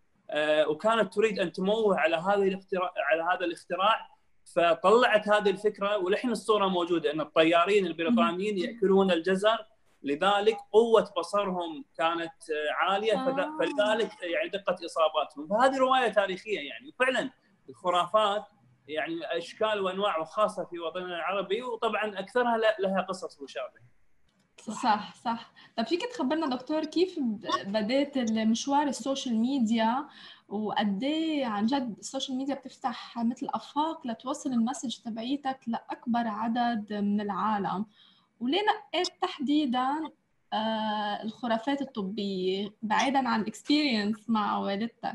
وكانت تريد ان تموه على هذه الاختراع على هذا الاختراع، فطلعت هذه الفكره، ولحين الصوره موجوده ان الطيارين البريطانيين ياكلون الجزر، لذلك قوة بصرهم كانت عالية، فلذلك يعني دقة إصاباتهم. فهذه رواية تاريخية يعني، وفعلا الخرافات يعني أشكال وأنواع، وخاصة في وطننا العربي، وطبعا أكثرها لها قصص مشابهة. صح صح. طب فيك تخبرنا دكتور كيف بدأت المشوار السوشيال ميديا، وقد ايه عن جد السوشيال ميديا بتفتح مثل آفاق لتوصل المسج تبعيتك لأكبر عدد من العالم، وليه نقيت تحديداً آه الخرافات الطبية بعيداً عن الاكسبيرينس مع والدتك؟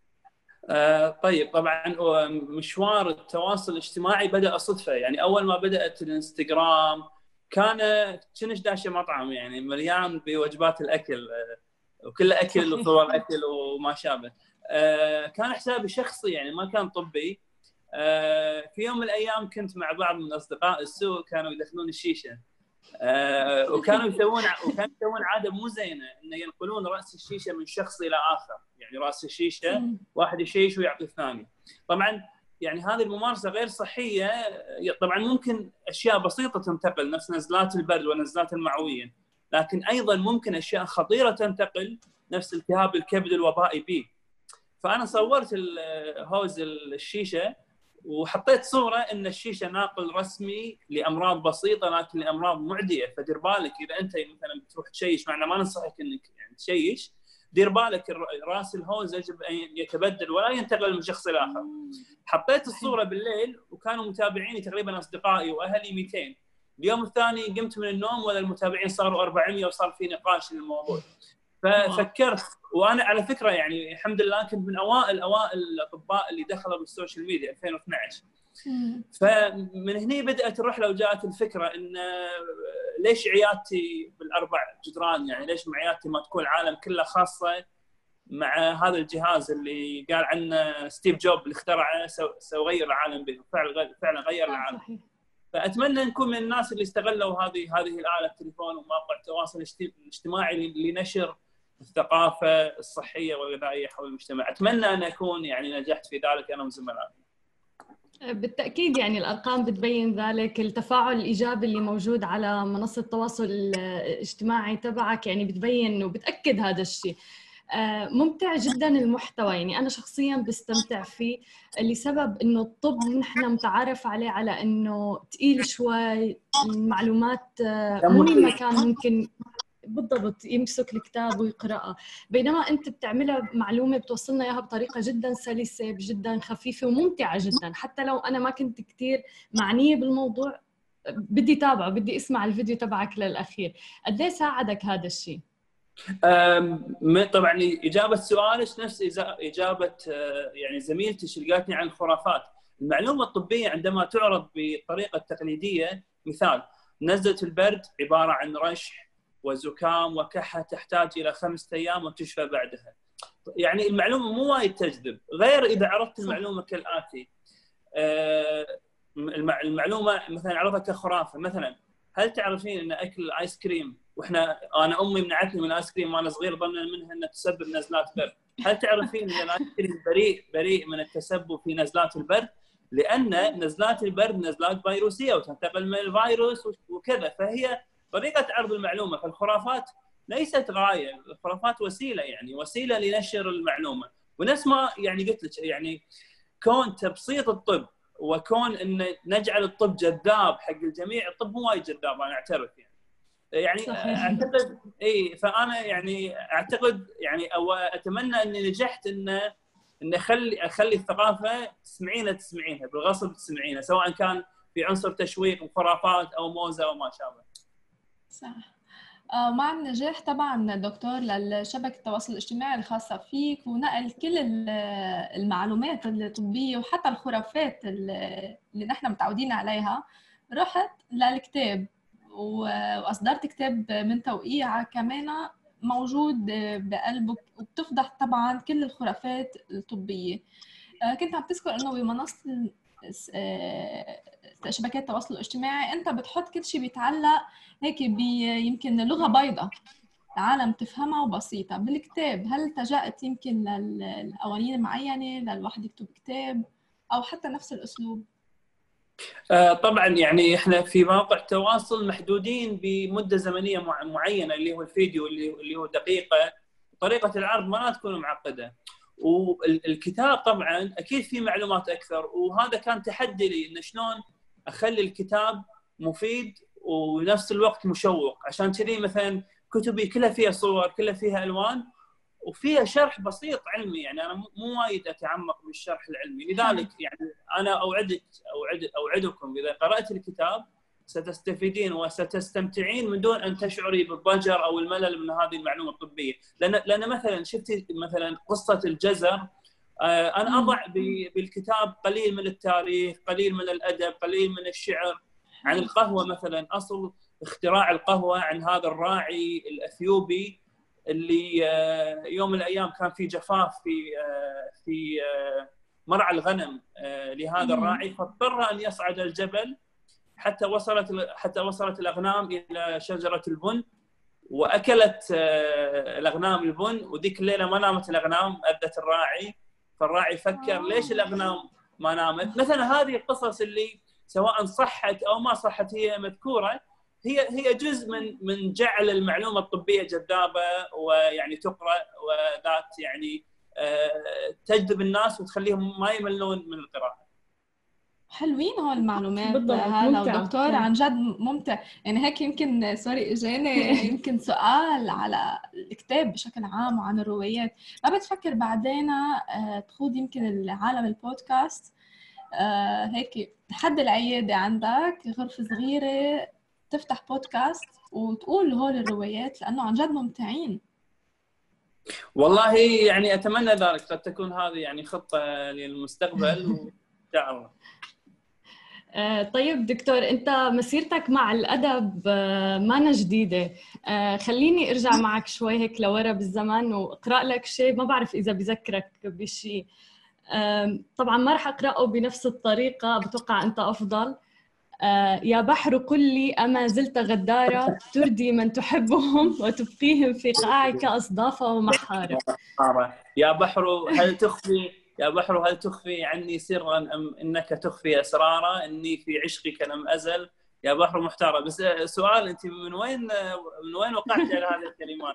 آه طيب طبعاً مشوار التواصل الاجتماعي بدأ صدفة. يعني أول ما بدأت الانستغرام كان كنش داشة مطعم يعني مليان بوجبات الأكل، وكل أكل وصور أكل وما شابه. آه كان حسابي شخصي يعني ما كان طبي. آه في يوم من الأيام كنت مع بعض من أصدقاء السوق كانوا يدخلون الشيشة، آه وكانوا يسوون وكانوا يسوون عاده مو زينه، انه ينقلون راس الشيشه من شخص الى اخر، يعني راس الشيشه واحد يشيش ويعطي الثاني. طبعا يعني هذه الممارسه غير صحيه. طبعا ممكن اشياء بسيطه تنتقل نفس نزلات البرد ونزلات المعويه، لكن ايضا ممكن اشياء خطيره تنتقل نفس التهاب الكبد الوبائي بي. فانا صورت هوز الشيشه وحطيت صوره ان الشيشه ناقل رسمي لامراض بسيطه لكن لامراض معديه، فدير بالك اذا انت مثلا بتروح تشيش، معنا ما ننصحك انك يعني تشيش، دير بالك راس الهوز يجب ان يتبدل ولا ينتقل من شخص الى اخر. حطيت الصوره بالليل وكانوا متابعيني تقريبا اصدقائي واهلي مئتين. اليوم الثاني قمت من النوم ولا المتابعين صاروا أربعمئة وصار في نقاش للموضوع. ففكرت، وانا على فكره يعني الحمد لله كنت من اوائل اوائل الاطباء اللي دخلوا بالسوشيال ميديا ألفين واثني عشر. فمن هنا بدات الرحله وجاءت الفكره ان ليش عيادتي بالاربع جدران، يعني ليش عيادتي ما تكون العالم كله خاصه مع هذا الجهاز اللي قال عنه ستيف جوب اللي اخترعه سيغير العالم به، فعلا فعلا غير العالم. صحيح. فاتمنى نكون من الناس اللي استغلوا هذه هذه الاله التليفون ومواقع التواصل الاجتماعي لنشر الثقافه الصحيه والغذائيه حول المجتمع. اتمنى ان اكون يعني نجحت في ذلك انا وزملائي. بالتأكيد يعني الأرقام بتبين ذلك، التفاعل الإيجابي اللي موجود على منصة التواصل الاجتماعي تبعك يعني بتبين وبتأكد هذا الشيء. ممتع جدا المحتوى، يعني أنا شخصيا بستمتع فيه لسبب إنه الطب نحن متعارف عليه على إنه تقيل شوي، معلومات مو مكان ممكن بالضبط يمسك الكتاب ويقرأها، بينما أنت بتعملها معلومة بتوصلنا إياها بطريقة جدا سلسة جدا خفيفة وممتعة جدا. حتى لو أنا ما كنت كتير معنية بالموضوع بدي تابعه، بدي اسمع الفيديو تبعك للأخير. قد ايه ساعدك هذا الشيء؟ طبعا إجابة سؤالك نفس إجابة يعني زميلتي اللي قالتني عن الخرافات. المعلومة الطبية عندما تعرض بالطريقة التقليدية، مثال نزلة البرد عبارة عن رشح وزكام وكحة تحتاج إلى خمسة أيام وتشفى بعدها، يعني المعلومة مو وايد تجذب، غير إذا عرضت المعلومة كالآتي. المعلومة مثلا عرضها كخرافة، مثلا هل تعرفين أن أكل الآيس كريم، وإحنا أنا أمي منعتني من الآيس كريم وأنا صغير ظنا منها أنها تسبب نزلات برد. هل تعرفين أن الآيس كريم بريء بريء من التسبب في نزلات البرد؟ لأن نزلات البرد نزلات فيروسية وتنتقل من الفيروس وكذا. فهي طريقة عرض المعلومة. فالخرافات ليست غاية، الخرافات وسيلة، يعني وسيلة لنشر المعلومة. ونفس ما يعني قلت لك، يعني كون تبسيط الطب وكون ان نجعل الطب جذاب حق الجميع. الطب مو وايد جذاب انا اعترف يعني يعني صحيح. اعتقد اي فانا يعني اعتقد يعني او اتمنى اني نجحت ان ان اخلي اخلي الثقافه تسمعينها تسمعينها بالغصب تسمعينها، سواء كان في عنصر تشويق وخرافات او موزه او ما شابه. صح. مع النجاح طبعا دكتور للشبكة التواصل الاجتماعي الخاصة فيك ونقل كل المعلومات الطبية وحتى الخرافات اللي نحن متعودين عليها، رحت للكتاب وأصدرت كتاب من توقيع كمان موجود بقلبك وبتفضح طبعا كل الخرافات الطبية. كنت عم تذكر انه بمنصة شبكات التواصل الاجتماعي انت بتحط كل شيء بيتعلق هيك يمكن لغه بيضاء العالم تفهمها وبسيطه. بالكتاب هل التجأت يمكن للقوانين معينه للواحد يكتب كتاب او حتى نفس الاسلوب؟ آه طبعا يعني احنا في مواقع التواصل محدودين بمده زمنيه معينه اللي هو الفيديو اللي اللي هو دقيقه، طريقه العرض ما تكون معقده. والكتاب طبعا اكيد في معلومات اكثر، وهذا كان تحدي لي ان شلون اخلي الكتاب مفيد ونفس الوقت مشوق. عشان كذي مثلا كتبي كلها فيها صور، كلها فيها الوان وفيها شرح بسيط علمي، يعني انا مو وايد اتعمق بالشرح العلمي. لذلك يعني انا اوعدك اوعد اوعدكم اذا قرات الكتاب ستستفيدين وستستمتعين من دون ان تشعري بالضجر او الملل من هذه المعلومه الطبيه. لان لان مثلا شفتي مثلا قصه الجزر، انا اضع بالكتاب قليل من التاريخ، قليل من الادب، قليل من الشعر. عن القهوه مثلا، اصل اختراع القهوه عن هذا الراعي الاثيوبي اللي يوم من الايام كان في جفاف في في مرعى الغنم لهذا الراعي، فاضطر ان يصعد الجبل حتى وصلت حتى وصلت الاغنام الى شجره البن واكلت الاغنام البن، وذيك الليله ما نامت الاغنام، اذت الراعي. فالراعي فكر ليش الاغنام ما نامت. مثلا هذه القصص اللي سواء صحت او ما صحت هي مذكوره، هي هي جزء من من جعل المعلومه الطبيه جذابه ويعني تقرا وذات يعني تجذب الناس وتخليهم ما يملون من القراءه. حلوين هول المعلومات هذا ودكتور عن جد ممتع. يعني هيك يمكن سوري اجاني يمكن سؤال على الكتاب بشكل عام وعن الروايات، ما بتفكر بعدين تخوض يمكن العالم البودكاست هيك تحد العياده عندك غرفه صغيره تفتح بودكاست وتقول هول الروايات لانه عن جد ممتعين؟ والله يعني اتمنى ذلك، قد تكون هذه يعني خطه للمستقبل وان شاء الله. طيب دكتور، أنت مسيرتك مع الأدب مانا جديدة. خليني أرجع معك شوي هيك لورا بالزمن وأقرأ لك شيء، ما بعرف إذا بذكرك بشيء. طبعا ما رح أقرأه بنفس الطريقة، بتوقع أنت أفضل. يا بحر قل لي أما زلت غدارة، تردي من تحبهم وتبقيهم في قاعك أصدافا ومحارة. يا بحر هل تخفي يا بحر هل تخفي عني سرا أم إنك تخفي أسرارا، إني في عشقك لم أزل يا بحر محتارة. بس سؤال، أنت من وين من وين وقعتي على هذه الكلمات؟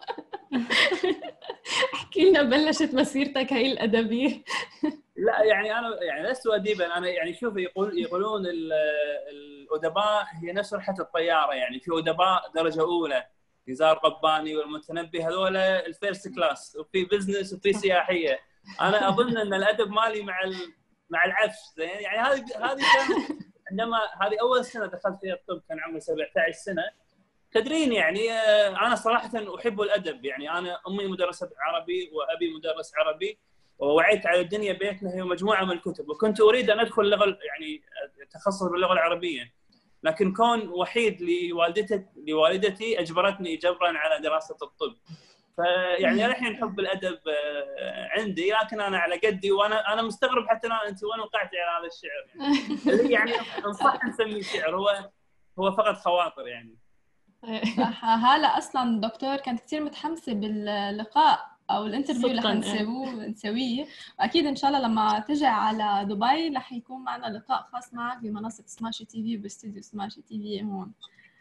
احكي لنا بلشت مسيرتك هاي الأدبية. لا يعني أنا يعني لست أديبا، أنا يعني شوف يقول يقولون الأدباء هي نفس رحلة الطيارة، يعني في أدباء درجة أولى نزار قباني والمتنبي، هذول الفيرست كلاس، وفي بزنس وفي سياحية. أنا أظن أن الأدب مالي مع مع العفش زين. يعني هذه هذه كانت عندما هذه أول سنة دخلت فيها الطب، كان عمري سبعة عشر سنة. تدرين يعني أنا صراحة أحب الأدب، يعني أنا أمي مدرسة عربي وأبي مدرس عربي، ووعيت على الدنيا بيتنا هي مجموعة من الكتب، وكنت أريد أن أدخل لغة يعني تخصص باللغة العربية، لكن كون وحيد لوالدتي لوالدتي أجبرتني جبرا على دراسة الطب. فيعني الحين حب الأدب عندي، لكن أنا على قدي، وأنا أنا مستغرب حتى الآن أنت وين وقعتي على هذا الشعر يعني. يعني أنصح نسميه شعر، هو هو فقط خواطر يعني. هلا اصلا دكتور كانت كثير متحمسه باللقاء او الانترفيو اللي حنسويه نسويه، واكيد ان شاء الله لما تجي على دبي رح يكون معنا لقاء خاص معك بمنصه سماشي تي في وباستديو سماشي تي في هون.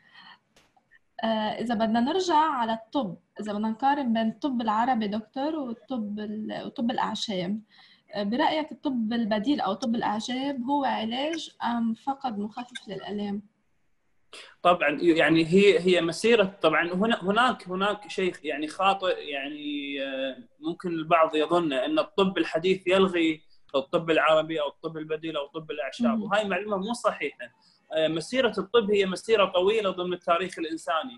آه اذا بدنا نرجع على الطب، اذا بدنا نقارن بين الطب العربي دكتور والطب وطب الاعشاب، برايك الطب البديل او طب الاعشاب هو علاج ام فقط مخفف للالام؟ طبعا يعني هي هي مسيره. طبعا هنا هناك هناك شيء يعني خاطئ، يعني ممكن البعض يظن ان الطب الحديث يلغي الطب العربي او الطب البديل او طب الاعشاب، وهي معلومه مو صحيحه. مسيره الطب هي مسيره طويله ضمن التاريخ الانساني،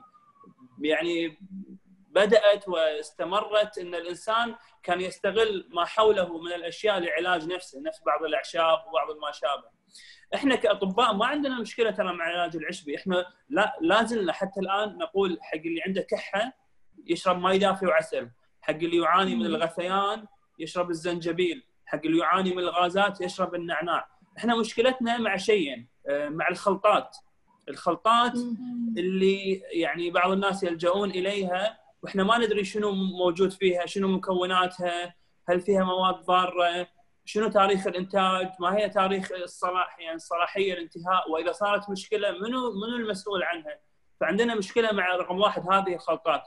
يعني بدات واستمرت ان الانسان كان يستغل ما حوله من الاشياء لعلاج نفسه، نفس بعض الاعشاب وبعض ما شابه. احنا كاطباء ما عندنا مشكله ترى مع العلاج العشبي، احنا لا لازلنا حتى الان نقول حق اللي عنده كحه يشرب ماء دافي وعسل، حق اللي يعاني من الغثيان يشرب الزنجبيل، حق اللي يعاني من الغازات يشرب النعناع. احنا مشكلتنا مع شيئين، مع الخلطات الخلطات اللي يعني بعض الناس يلجؤون اليها واحنا ما ندري شنو موجود فيها، شنو مكوناتها، هل فيها مواد ضاره، شنو تاريخ الانتاج، ما هي تاريخ الصلاح يعني الصلاحيه الانتهاء، واذا صارت مشكله منو منو المسؤول عنها. فعندنا مشكله مع رقم واحد هذه الخلطات.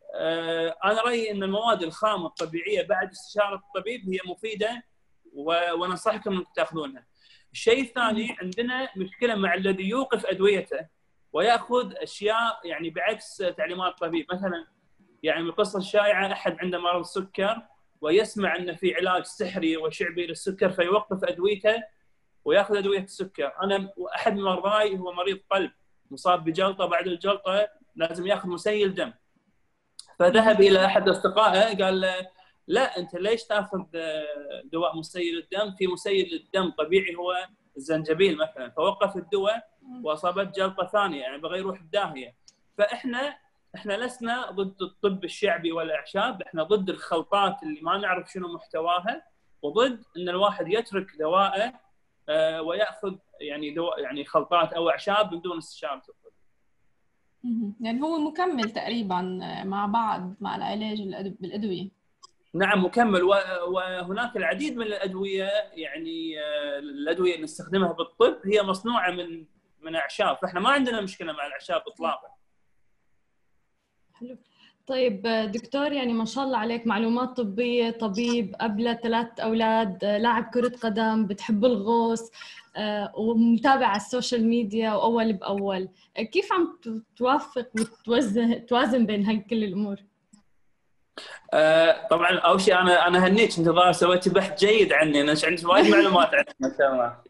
انا رايي ان المواد الخام الطبيعيه بعد استشاره الطبيب هي مفيده وننصحكم انكم تاخذونها. الشيء الثاني، عندنا مشكله مع الذي يوقف ادويته وياخذ اشياء يعني بعكس تعليمات الطبيب. مثلا يعني من القصه الشائعه، احد عنده مرض السكر ويسمع ان في علاج سحري وشعبي للسكر فيوقف ادويته وياخذ ادويه السكر. انا احد مرضاي هو مريض قلب مصاب بجلطه، بعد الجلطه لازم ياخذ مسيل دم، فذهب الى احد اصدقائه قال له لا انت ليش تاخذ دواء مسيل الدم؟ في مسيل الدم طبيعي هو الزنجبيل مثلا. فوقف الدواء واصابت جلطه ثانيه، يعني بغى يروح بداهيه. فاحنا احنا لسنا ضد الطب الشعبي والاعشاب، احنا ضد الخلطات اللي ما نعرف شنو محتواها، وضد ان الواحد يترك دواءه وياخذ يعني دواء يعني خلطات او اعشاب بدون استشاره الطبيب. يعني هو مكمل تقريبا مع بعض مع العلاج بالادويه. نعم مكمل، وهناك العديد من الادويه، يعني الادويه اللي نستخدمها بالطب هي مصنوعه من من اعشاب، فاحنا ما عندنا مشكله مع الاعشاب اطلاقا. حلو. طيب دكتور، يعني ما شاء الله عليك معلومات طبية، طبيب، قبل ثلاث أولاد، لاعب كرة قدم، بتحب الغوص، ومتابع على السوشيال ميديا وأول بأول. كيف عم توافق وتوازن توازن بين هاي كل الأمور؟ آه طبعا أول شيء أنا أنا هنيك، أنت ظاهر سويتي بحث جيد عني، أنا عندي وايد معلومات عنك ما شاء الله.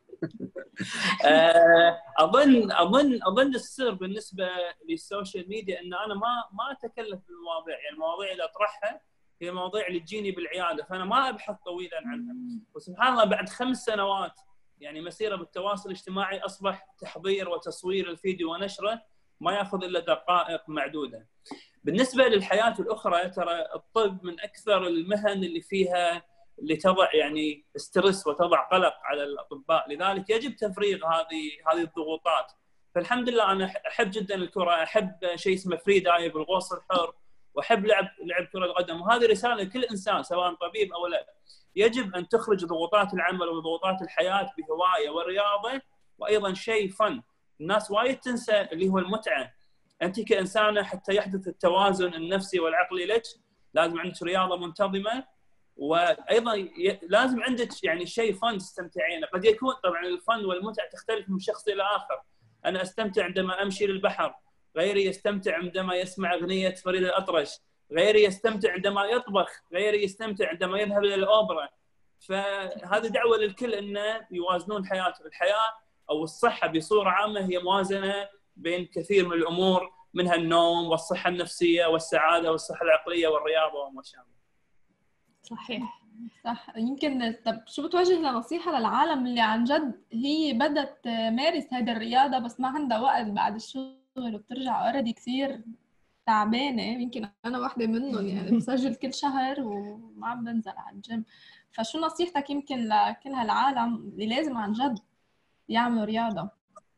اظن اظن اظن السر بالنسبه للسوشيال ميديا ان انا ما ما اتكلف بالمواضيع، يعني المواضيع اللي اطرحها هي مواضيع اللي تجيني بالعياده، فانا ما ابحث طويلا عنها. وسبحان الله بعد خمس سنوات يعني مسيره بالتواصل الاجتماعي اصبح تحضير وتصوير الفيديو ونشره ما ياخذ الا دقائق معدوده. بالنسبه للحياه الاخرى ترى الطب من اكثر المهن اللي فيها اللي تضع يعني ستريس وتضع قلق على الاطباء، لذلك يجب تفريغ هذه هذه الضغوطات. فالحمد لله انا احب جدا الكره، احب شيء اسمه فري دايف بالغوص الحر، واحب لعب لعب كره القدم، وهذه رساله لكل انسان سواء طبيب او لا. يجب ان تخرج ضغوطات العمل وضغوطات الحياه بهوايه والرياضه، وايضا شيء فن. الناس وايد تنسى اللي هو المتعه. انت كانسانه حتى يحدث التوازن النفسي والعقلي لك لازم عندك رياضه منتظمه، وايضا لازم عندك يعني شيء فن تستمتعين. قد يكون طبعا الفن والمتعه تختلف من شخص الى اخر. انا استمتع عندما امشي للبحر، غيري يستمتع عندما يسمع اغنيه فريد الأطرش، غيري يستمتع عندما يطبخ، غيري يستمتع عندما يذهب الى الاوبرا. فهذه دعوه للكل انه يوازنون حياتهم. الحياه او الصحه بصوره عامه هي موازنه بين كثير من الامور، منها النوم والصحه النفسيه والسعاده والصحه العقليه والرياضه وما شابه. صحيح صح. يمكن طب شو بتوجه لنصيحة للعالم اللي عن جد هي بدها تمارس هيدا الرياضة بس ما عندها وقت بعد الشغل وبترجع اوريدي كثير تعبانة؟ يمكن أنا واحدة منهم، يعني بسجل كل شهر وما عم بنزل على الجيم. فشو نصيحتك يمكن لكل هالعالم اللي لازم عن جد يعملوا رياضة؟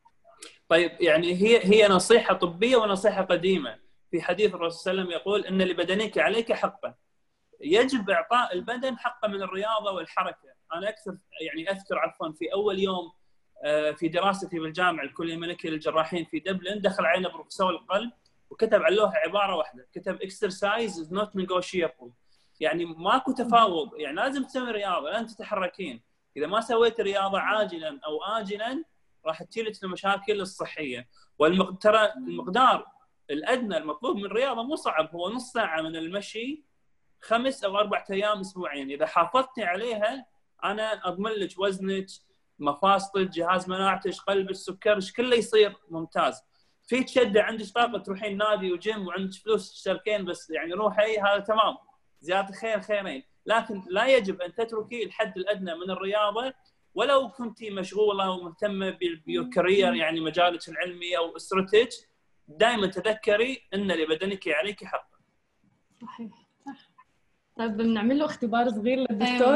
طيب يعني هي هي نصيحة طبية ونصيحة قديمة. في حديث الرسول صلى الله عليه وسلم يقول إن لبدنك عليك حقا. يجب إعطاء البدن حقه من الرياضة والحركة. أنا أكثر يعني أذكر عفوا في أول يوم في دراستي بالجامعة الكلية الملكية للجراحين في دبلن، دخل علينا بروفيسور القلب وكتب على اللوحة عبارة واحدة، كتب exercise is not negotiable. يعني ماكو تفاوض، يعني لازم تسوي رياضة، لازم تتحركين. إذا ما سويت رياضة عاجلا أو آجلا راح تجيلك المشاكل الصحية. والمقدار المقدار الأدنى المطلوب من الرياضة مو صعب، هو نص ساعة من المشي خمس أو أربعة أيام أسبوعين. إذا حافظتي عليها أنا أضمن لك وزنك، مفاصلك، جهاز مناعتك، قلبك، سكرك، كله يصير ممتاز. في تشدة عندك طاقة تروحين نادي وجيم وعندك فلوس تشتركين بس يعني روحي، هذا تمام، زيادة خير خيرين. لكن لا يجب أن تتركي الحد الأدنى من الرياضة ولو كنتي مشغولة ومهتمة بالكارير يعني مجالك العلمي أو أسرتك. دائما تذكري أن لبدنك عليك حق. صحيح صح. طيب بنعمل له اختبار صغير للدكتور.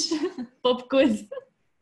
بوب كويز.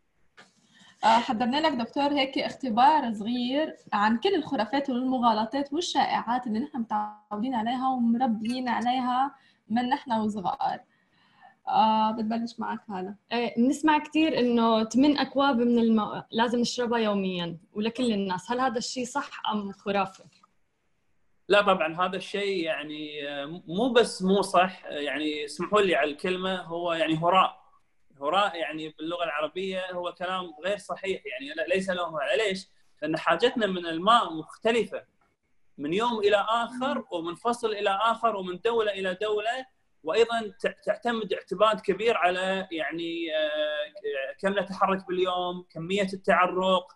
حضرنا لك دكتور هيك اختبار صغير عن كل الخرافات والمغالطات والشائعات اللي نحن متعودين عليها ومربيين عليها من نحن وصغار. آه بتبلش معك هلا. ايه بنسمع كثير انه ثمان اكواب من الماء لازم نشربها يوميا ولكل الناس، هل هذا الشيء صح ام خرافه؟ لا طبعا هذا الشيء يعني مو بس مو صح، يعني اسمحوا لي على الكلمه، هو يعني هراء. هراء يعني باللغه العربيه هو كلام غير صحيح، يعني ليس له معنى. ليش؟ لان حاجتنا من الماء مختلفه من يوم الى اخر ومن فصل الى اخر ومن دوله الى دوله، وايضا تعتمد اعتماد كبير على يعني كم نتحرك باليوم، كميه التعرق،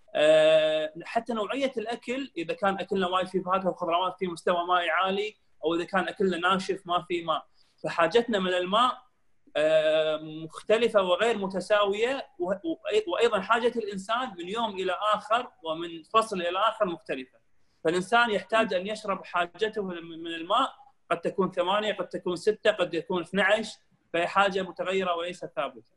حتى نوعيه الاكل. اذا كان اكلنا وايد فيه فاكهه وخضروات في مستوى مائي عالي، او اذا كان اكلنا ناشف ما في ماء. فحاجتنا من الماء مختلفه وغير متساويه، وايضا حاجه الانسان من يوم الى اخر ومن فصل الى اخر مختلفه. فالانسان يحتاج ان يشرب حاجته من الماء، قد تكون ثمانية، قد تكون ستة، قد يكون اثني عشر، فهي حاجه متغيره وليست ثابته.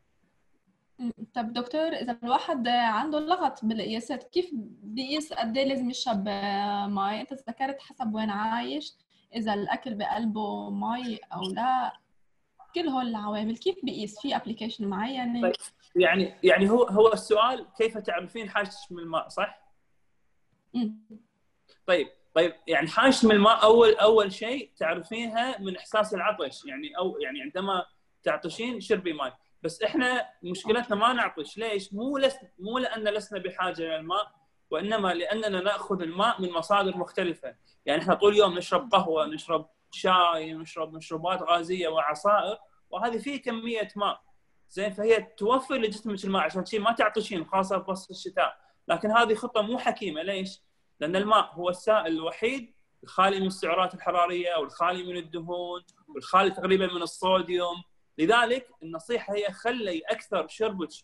طب دكتور، اذا الواحد عنده لغط بالقياسات كيف بيقيس قد ايه لازم يشرب مي؟ انت ذكرت حسب وين عايش، اذا الاكل بقلبه مي او لا، كل هول العوامل كيف بيقيس؟ في ابلكيشن معينه؟ طيب يعني يعني هو هو السؤال كيف تعرفين حاجتك من الماء، صح؟ امم طيب طيب يعني حاجتك من الماء اول اول شيء تعرفينها من احساس العطش، يعني او يعني عندما تعطشين شربي ماء. بس احنا مشكلتنا ما نعطش. ليش؟ مو لس مو لان لسنا بحاجه الى الماء، وانما لاننا ناخذ الماء من مصادر مختلفه. يعني احنا طول اليوم نشرب قهوه، نشرب شاي، نشرب مشروبات غازيه وعصائر، وهذه فيه كميه ماء زين، فهي توفر لجسمك الماء عشان شيء ما تعطشين، خاصه في فصل الشتاء. لكن هذه خطه مو حكيمه. ليش؟ لان الماء هو السائل الوحيد الخالي من السعرات الحراريه والخالي من الدهون والخالي تقريبا من الصوديوم. لذلك النصيحه هي خلي اكثر شربك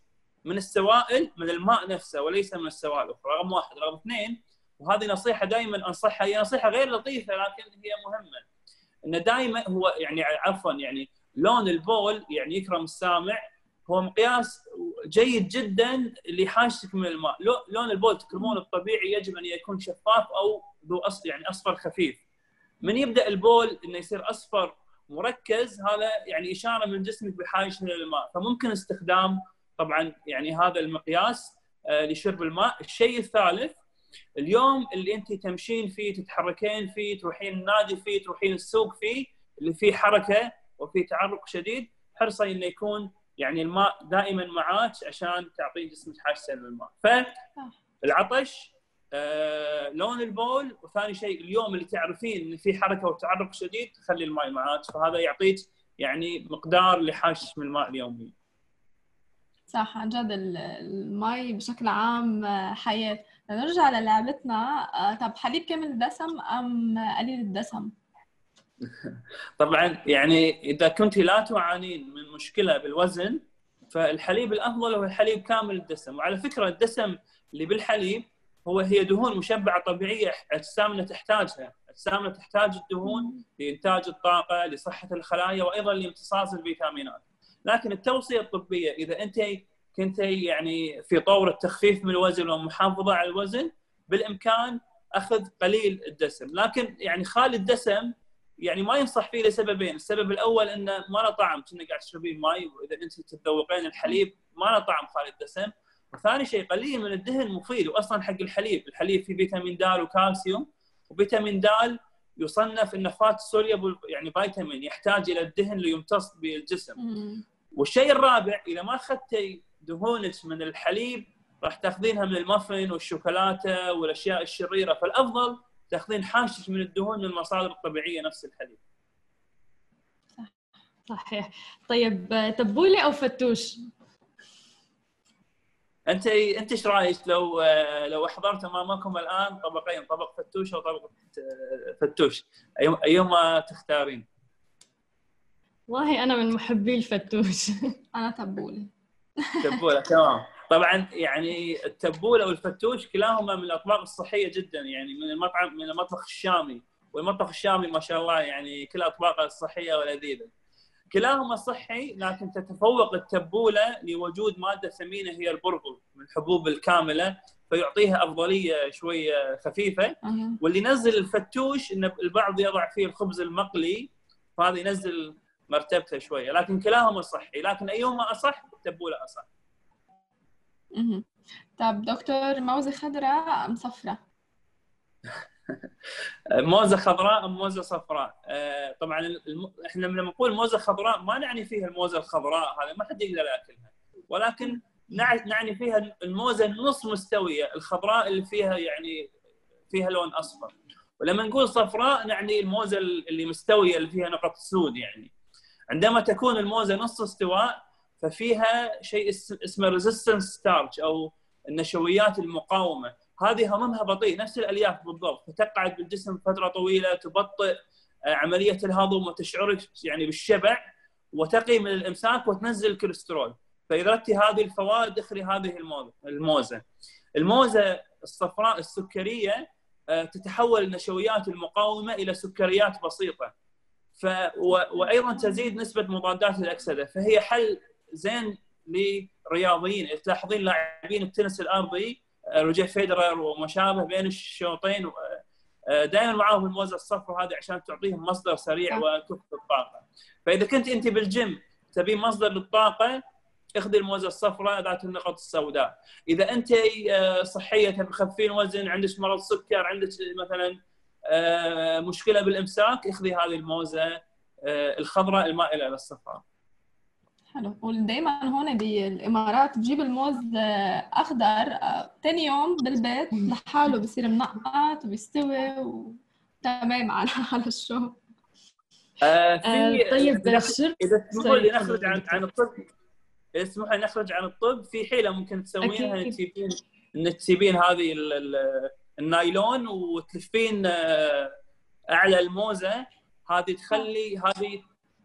من السوائل من الماء نفسه وليس من السوائل الاخرى. رقم واحد. رقم اثنين، وهذه نصيحه دائما انصحها، هي نصيحه غير لطيفه لكن هي مهمه، انه دائما هو يعني عفوا يعني لون البول يعني يكرم السامع هو مقياس جيد جدا لحاجتك من الماء. لون البول تكرمون الطبيعي يجب ان يكون شفاف او ذو اصل يعني اصفر خفيف. من يبدا البول انه يصير اصفر مركز، هذا يعني اشاره من جسمك بحاجه للماء، فممكن استخدام طبعا يعني هذا المقياس لشرب الماء. الشيء الثالث، اليوم اللي انت تمشين فيه تتحركين فيه تروحين النادي فيه تروحين السوق فيه اللي فيه حركه وفيه تعرق شديد، حرصي انه يكون يعني الماء دائما معاك عشان تعطي جسمك حاجته للماء. فالعطش، آه، لون البول، وثاني شيء اليوم اللي تعرفين ان في حركه وتعرق شديد خلي الماء معاك، فهذا يعطيك يعني مقدار لحاجتك من الماء اليومي. صح، عن جد المي بشكل عام حياة. نرجع للعبتنا، طب حليب كامل الدسم أم قليل الدسم؟ طبعا يعني إذا كنت لا تعانين من مشكلة بالوزن فالحليب الأفضل هو الحليب كامل الدسم. وعلى فكرة الدسم اللي بالحليب هو هي دهون مشبعة طبيعية أجسامنا تحتاجها. أجسامنا تحتاج الدهون لإنتاج الطاقة، لصحة الخلايا، وأيضا لامتصاص الفيتامينات. لكن التوصية الطبية إذا أنت كنت يعني في طور التخفيف من الوزن ومحافظة على الوزن، بالإمكان أخذ قليل الدسم. لكن يعني خالي الدسم يعني ما ينصح فيه لسببين. السبب الأول أنه ما له طعم، كأنك قاعد تشربين ماء، وإذا أنت تتذوقين الحليب ما له طعم خالي الدسم. وثاني شيء قليل من الدهن مفيد، وأصلا حق الحليب، الحليب فيه فيتامين د وكالسيوم، وفيتامين د يصنف انه فات سوليبل يعني فيتامين يحتاج الى الدهن ليمتص بالجسم. والشيء الرابع، اذا ما اخذتي دهونك من الحليب راح تاخذينها من المافن والشوكولاته والاشياء الشريره، فالافضل تاخذين حاجتك من الدهون من المصادر الطبيعيه نفس الحليب. صحيح. طيب تبوله او فتوش؟ انت انت ايش رايك لو لو احضرت امامكم الان طبقين، طبق فتوش او طبق فتوش، ايهما تختارين؟ والله انا من محبي الفتوش. انا تبوله. تبوله تمام. طبعا يعني التبوله والفتوش كلاهما من الاطباق الصحيه جدا، يعني من المطعم من المطبخ الشامي، والمطبخ الشامي ما شاء الله يعني كل اطباقه صحيه ولذيذه. كلاهما صحي، لكن تتفوق التبوله لوجود ماده ثمينه هي البرغل من الحبوب الكامله، فيعطيها افضليه شويه خفيفه. واللي ينزل الفتوش ان البعض يضع فيه الخبز المقلي، فهذا ينزل مرتبته شويه، لكن كلاهما صحي. لكن ايهما اصح؟ التبوله اصح. اها. طب دكتور، موزه خضراء ام صفراء؟ موزه خضراء ام موزه صفراء؟ آه طبعا الم... احنا لما نقول موزه خضراء ما نعني فيها الموزه الخضراء، هذا ما حد يقدر ياكلها، ولكن نعني فيها الموزه النص مستويه الخضراء اللي فيها يعني فيها لون اصفر. ولما نقول صفراء نعني الموزه اللي مستويه اللي فيها نقط سود. يعني عندما تكون الموزه نص استواء ففيها شيء اسمه ريزيستنس ستارش او النشويات المقاومه، هذه هضمها بطيء نفس الالياف بالضبط، فتقعد بالجسم فتره طويله، تبطئ عمليه الهضم وتشعرك يعني بالشبع وتقي من الامساك وتنزل الكوليسترول. فاذا اردتي هذه الفوائد اخري هذه الموزه. الموزه الصفراء السكريه تتحول النشويات المقاومه الى سكريات بسيطه، ف وايضا تزيد نسبه مضادات الاكسده، فهي حل زين للرياضيين. تلاحظين لاعبين التنس الارضي روجر فيدرر وما شابه بين الشوطين دائما معاهم الموزه الصفراء هذه عشان تعطيهم مصدر سريع وكفء الطاقه. فاذا كنت انت بالجيم تبين مصدر للطاقه اخذي الموزه الصفراء ذات النقط السوداء. اذا انت صحيه تبي تخفين وزن، عندك مرض سكر، عندك مثلا مشكله بالامساك، اخذي هذه الموزه الخضراء المائله الى الصفراء. حلو. ودائما هون بالامارات تجيب الموز اخضر ثاني يوم بالبيت لحاله بصير منقط وبيستوي وتمام على على الشو. آه في طيب اذا تسمحوا لي نخرج عن عن الطب، اسمحوا لي نخرج عن الطب، في حيله ممكن تسوينها انك تجيبين انك تجيبين هذه النايلون وتلفين اعلى الموزه، هذه تخلي هذه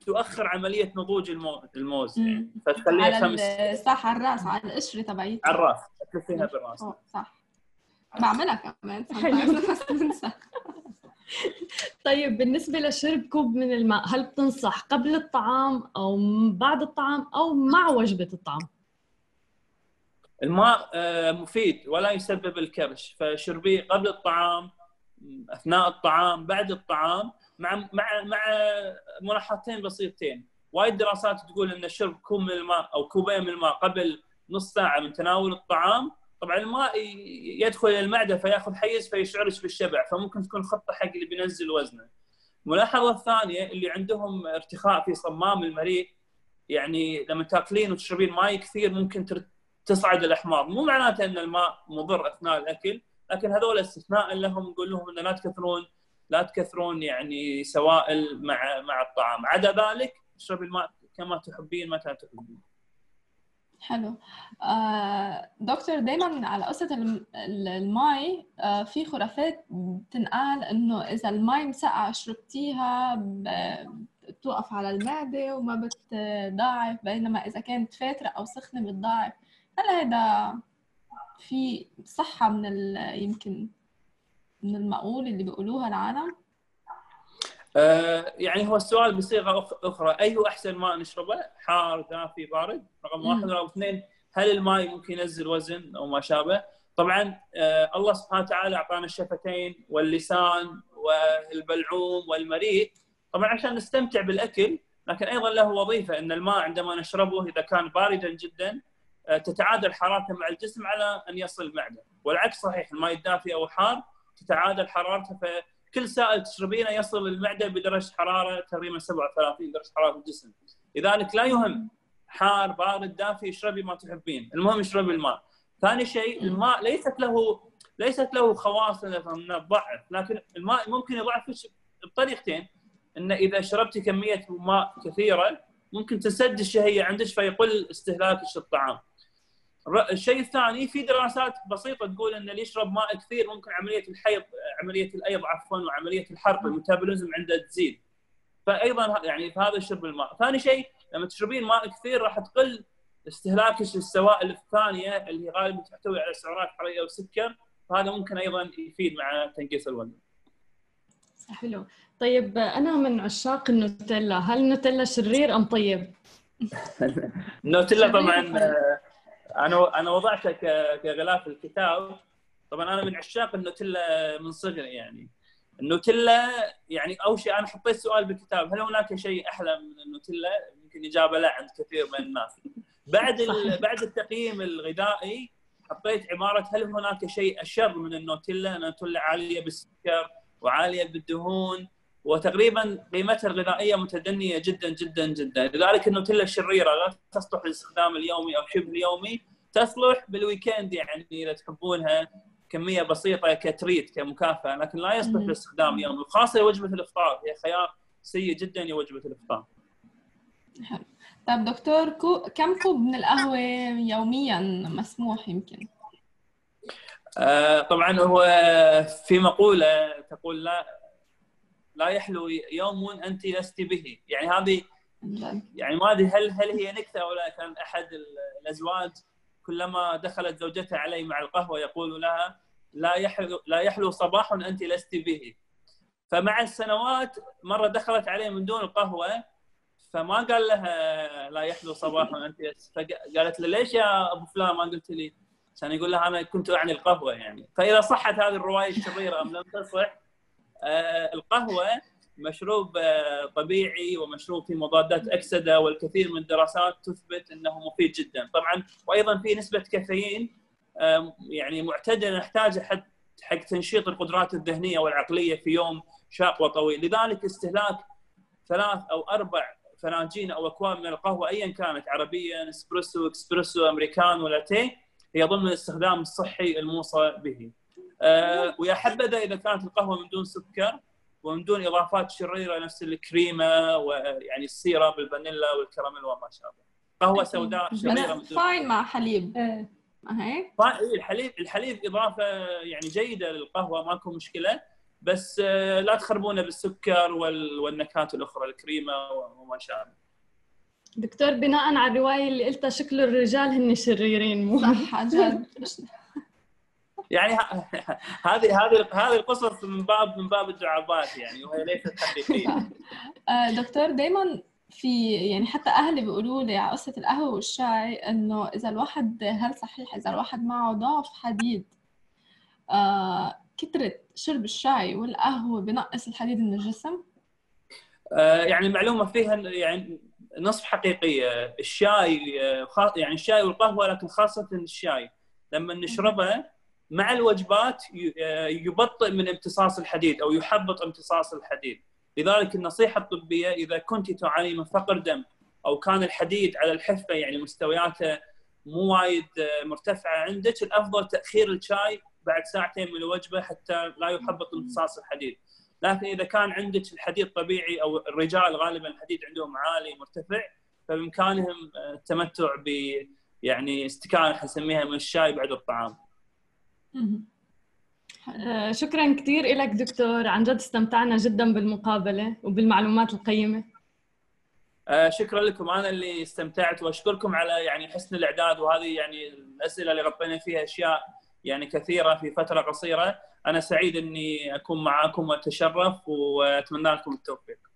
تؤخر عمليه نضوج الموز يعني، فتخليها خمس صح على الراس، على القشره تبعيتها، على الراس تلفيها بالراس. صح، بعملها كمان بنسى. طيب بالنسبة لشرب كوب من الماء، هل بتنصح قبل الطعام أو بعد الطعام أو مع وجبة الطعام؟ الماء مفيد ولا يسبب الكرش، فشربيه قبل الطعام، أثناء الطعام، بعد الطعام، مع مع مع ملاحظتين بسيطتين. وايد دراسات تقول أن شرب كوب من الماء أو كوبين من الماء قبل نص ساعة من تناول الطعام، طبعا الماء يدخل الى المعده فياخذ حيز فيشعرش بالشبع، فممكن تكون خطه حق اللي بينزل وزنه. الملاحظه الثانيه اللي عندهم ارتخاء في صمام المريء، يعني لما تاكلين وتشربين ماء كثير ممكن تصعد الاحماض، مو معناته ان الماء مضر اثناء الاكل، لكن هذول استثناء لهم، نقول لهم ان لا تكثرون لا تكثرون يعني سوائل مع مع الطعام، عدا ذلك اشربي الماء كما تحبين متى تحبين. حلو. آه دكتور، دايما على قصة الماء آه في خرافات بتنقال انه اذا الماء مسقعة شربتيها بتوقف على المعدة وما بتضاعف، بينما اذا كانت فاترة او سخنة بتضاعف. هل هذا في صحة من يمكن من المقول اللي بيقولوها العالم؟ آه يعني هو السؤال بصيغه اخرى، اي هو احسن ماء نشربه؟ حار، دافي، بارد؟ رقم واحد. رقم اثنين، هل الماء ممكن ينزل وزن او ما شابه؟ طبعا آه الله سبحانه وتعالى اعطانا الشفتين واللسان والبلعوم والمريء طبعا عشان نستمتع بالاكل، لكن ايضا له وظيفه، ان الماء عندما نشربه اذا كان باردا جدا آه تتعادل حرارته مع الجسم على ان يصل المعده، والعكس صحيح، الماء الدافي او حار تتعادل حرارته، ف كل سائل تشربينه يصل للمعده بدرجه حراره تقريبا سبعة وثلاثين درجه حراره الجسم، لذلك لا يهم حار بارد دافي، اشربي ما تحبين، المهم اشربي الماء. ثاني شيء، الماء ليست له ليست له خواص من الضعف، لكن الماء ممكن يضعفك بطريقتين، ان اذا شربتي كميه ماء كثيره ممكن تسد الشهيه عندك فيقل استهلاكك للطعام. الشيء الثاني، في دراسات بسيطه تقول ان اللي يشرب ماء كثير ممكن عمليه الحيض عمليه الايض عفوا وعمليه الحرق الميتابوليزم عنده تزيد، فايضا يعني في هذا الشرب الماء. ثاني شيء، لما تشربين ماء كثير راح تقل استهلاكك للسوائل الثانيه اللي غالبا تحتوي على سعرات حراريه وسكر، فهذا ممكن ايضا يفيد مع تنقيص الوزن. حلو. طيب انا من عشاق النوتيلا، هل النوتيلا شرير ام طيب؟ النوتيلا طبعا انا انا وضعتها كغلاف الكتاب، طبعا انا من عشاق النوتيلا من صغري. يعني النوتيلا يعني اول شيء انا حطيت سؤال بالكتاب، هل هناك شيء احلى من النوتيلا؟ يمكن اجابه لا عند كثير من الناس. بعد بعد التقييم الغذائي حطيت عباره هل هناك شيء اشر من النوتيلا؟ النوتيلا عاليه بالسكر وعاليه بالدهون وتقريبا قيمتها الغذائيه متدنيه جدا جدا جدا، لذلك النوتيلا شريره لا تصلح للاستخدام اليومي او شبه اليومي، تصلح بالويكند يعني اذا تحبونها كميه بسيطه كتريت كمكافاه، لكن لا يصلح للاستخدام اليومي، وخاصه وجبه الافطار هي خيار سيء جدا لوجبه الافطار. حلو. طيب دكتور، كو... كم كوب من القهوه يوميا مسموح يمكن؟ آه طبعا هو في مقوله تقول لا لا يحلو يوم انت لست به، يعني هذه يعني ما ادري هل هل هي نكته ولا كان احد الازواج كلما دخلت زوجته علي مع القهوه يقول لها لا يحلو لا يحلو صباح انت لست به. فمع السنوات مره دخلت عليه من دون القهوه فما قال لها لا يحلو صباح انت، فقالت له ليش يا ابو فلان ما قلت لي؟ عشان يقول لها انا كنت اعني القهوه يعني. فاذا صحت هذه الروايه الشريره ام لم تصح، آه القهوه مشروب آه طبيعي ومشروب فيه مضادات اكسده، والكثير من الدراسات تثبت انه مفيد جدا طبعا، وايضا في نسبه كافيين آه يعني معتدله نحتاجها حق حق تنشيط القدرات الذهنيه والعقليه في يوم شاق وطويل، لذلك استهلاك ثلاث او اربع فناجين او اكواب من القهوه ايا كانت عربيه اسبريسو اكسبريسو امريكان ولا تي هي ضمن الاستخدام الصحي الموصى به. أه ويا حبذا اذا كانت القهوه من دون سكر ومن دون اضافات شريره نفس الكريمه ويعني السيرة بالفانيلا والكراميل وما شابه. قهوه سوداء شريره من دون فاين مع حليب. ما هيك؟ الحليب الحليب اضافه يعني جيده للقهوه ماكو مشكله، بس لا تخربونه بالسكر والنكهات الاخرى، الكريمه وما شابه. دكتور، بناء على الروايه اللي قلتها شكله الرجال هن شريرين مو صح عن جد. يعني هذه هذه هذه القصص من باب من باب الدعابات يعني، وهي ليست حقيقيه. دكتور دائما في يعني حتى اهلي بيقولوا لي على قصه القهوه والشاي انه اذا الواحد، هل صحيح اذا الواحد معه ضعف حديد آه كثره شرب الشاي والقهوه بنقص الحديد من الجسم؟ آه يعني المعلومه فيها يعني نصف حقيقيه. الشاي يعني الشاي والقهوه، لكن خاصه الشاي لما نشربه مع الوجبات يبطئ من امتصاص الحديد او يحبط امتصاص الحديد. لذلك النصيحه الطبيه اذا كنت تعاني من فقر دم او كان الحديد على الحفه يعني مستوياته مو وايد مرتفعه عندك، الافضل تاخير الشاي بعد ساعتين من الوجبه حتى لا يحبط امتصاص الحديد. لكن اذا كان عندك الحديد طبيعي، او الرجال غالبا الحديد عندهم عالي مرتفع، فبامكانهم التمتع ب يعني استكانه حنسميها من الشاي بعد الطعام. آه شكرا كثير لك دكتور، عن جد استمتعنا جدا بالمقابله وبالمعلومات القيمه. آه شكرا لكم، انا اللي استمتعت، واشكركم على يعني حسن الاعداد، وهذه يعني الاسئله اللي غطينا فيها اشياء يعني كثيره في فتره قصيره. انا سعيد اني اكون معاكم واتشرف، واتمنى لكم التوفيق.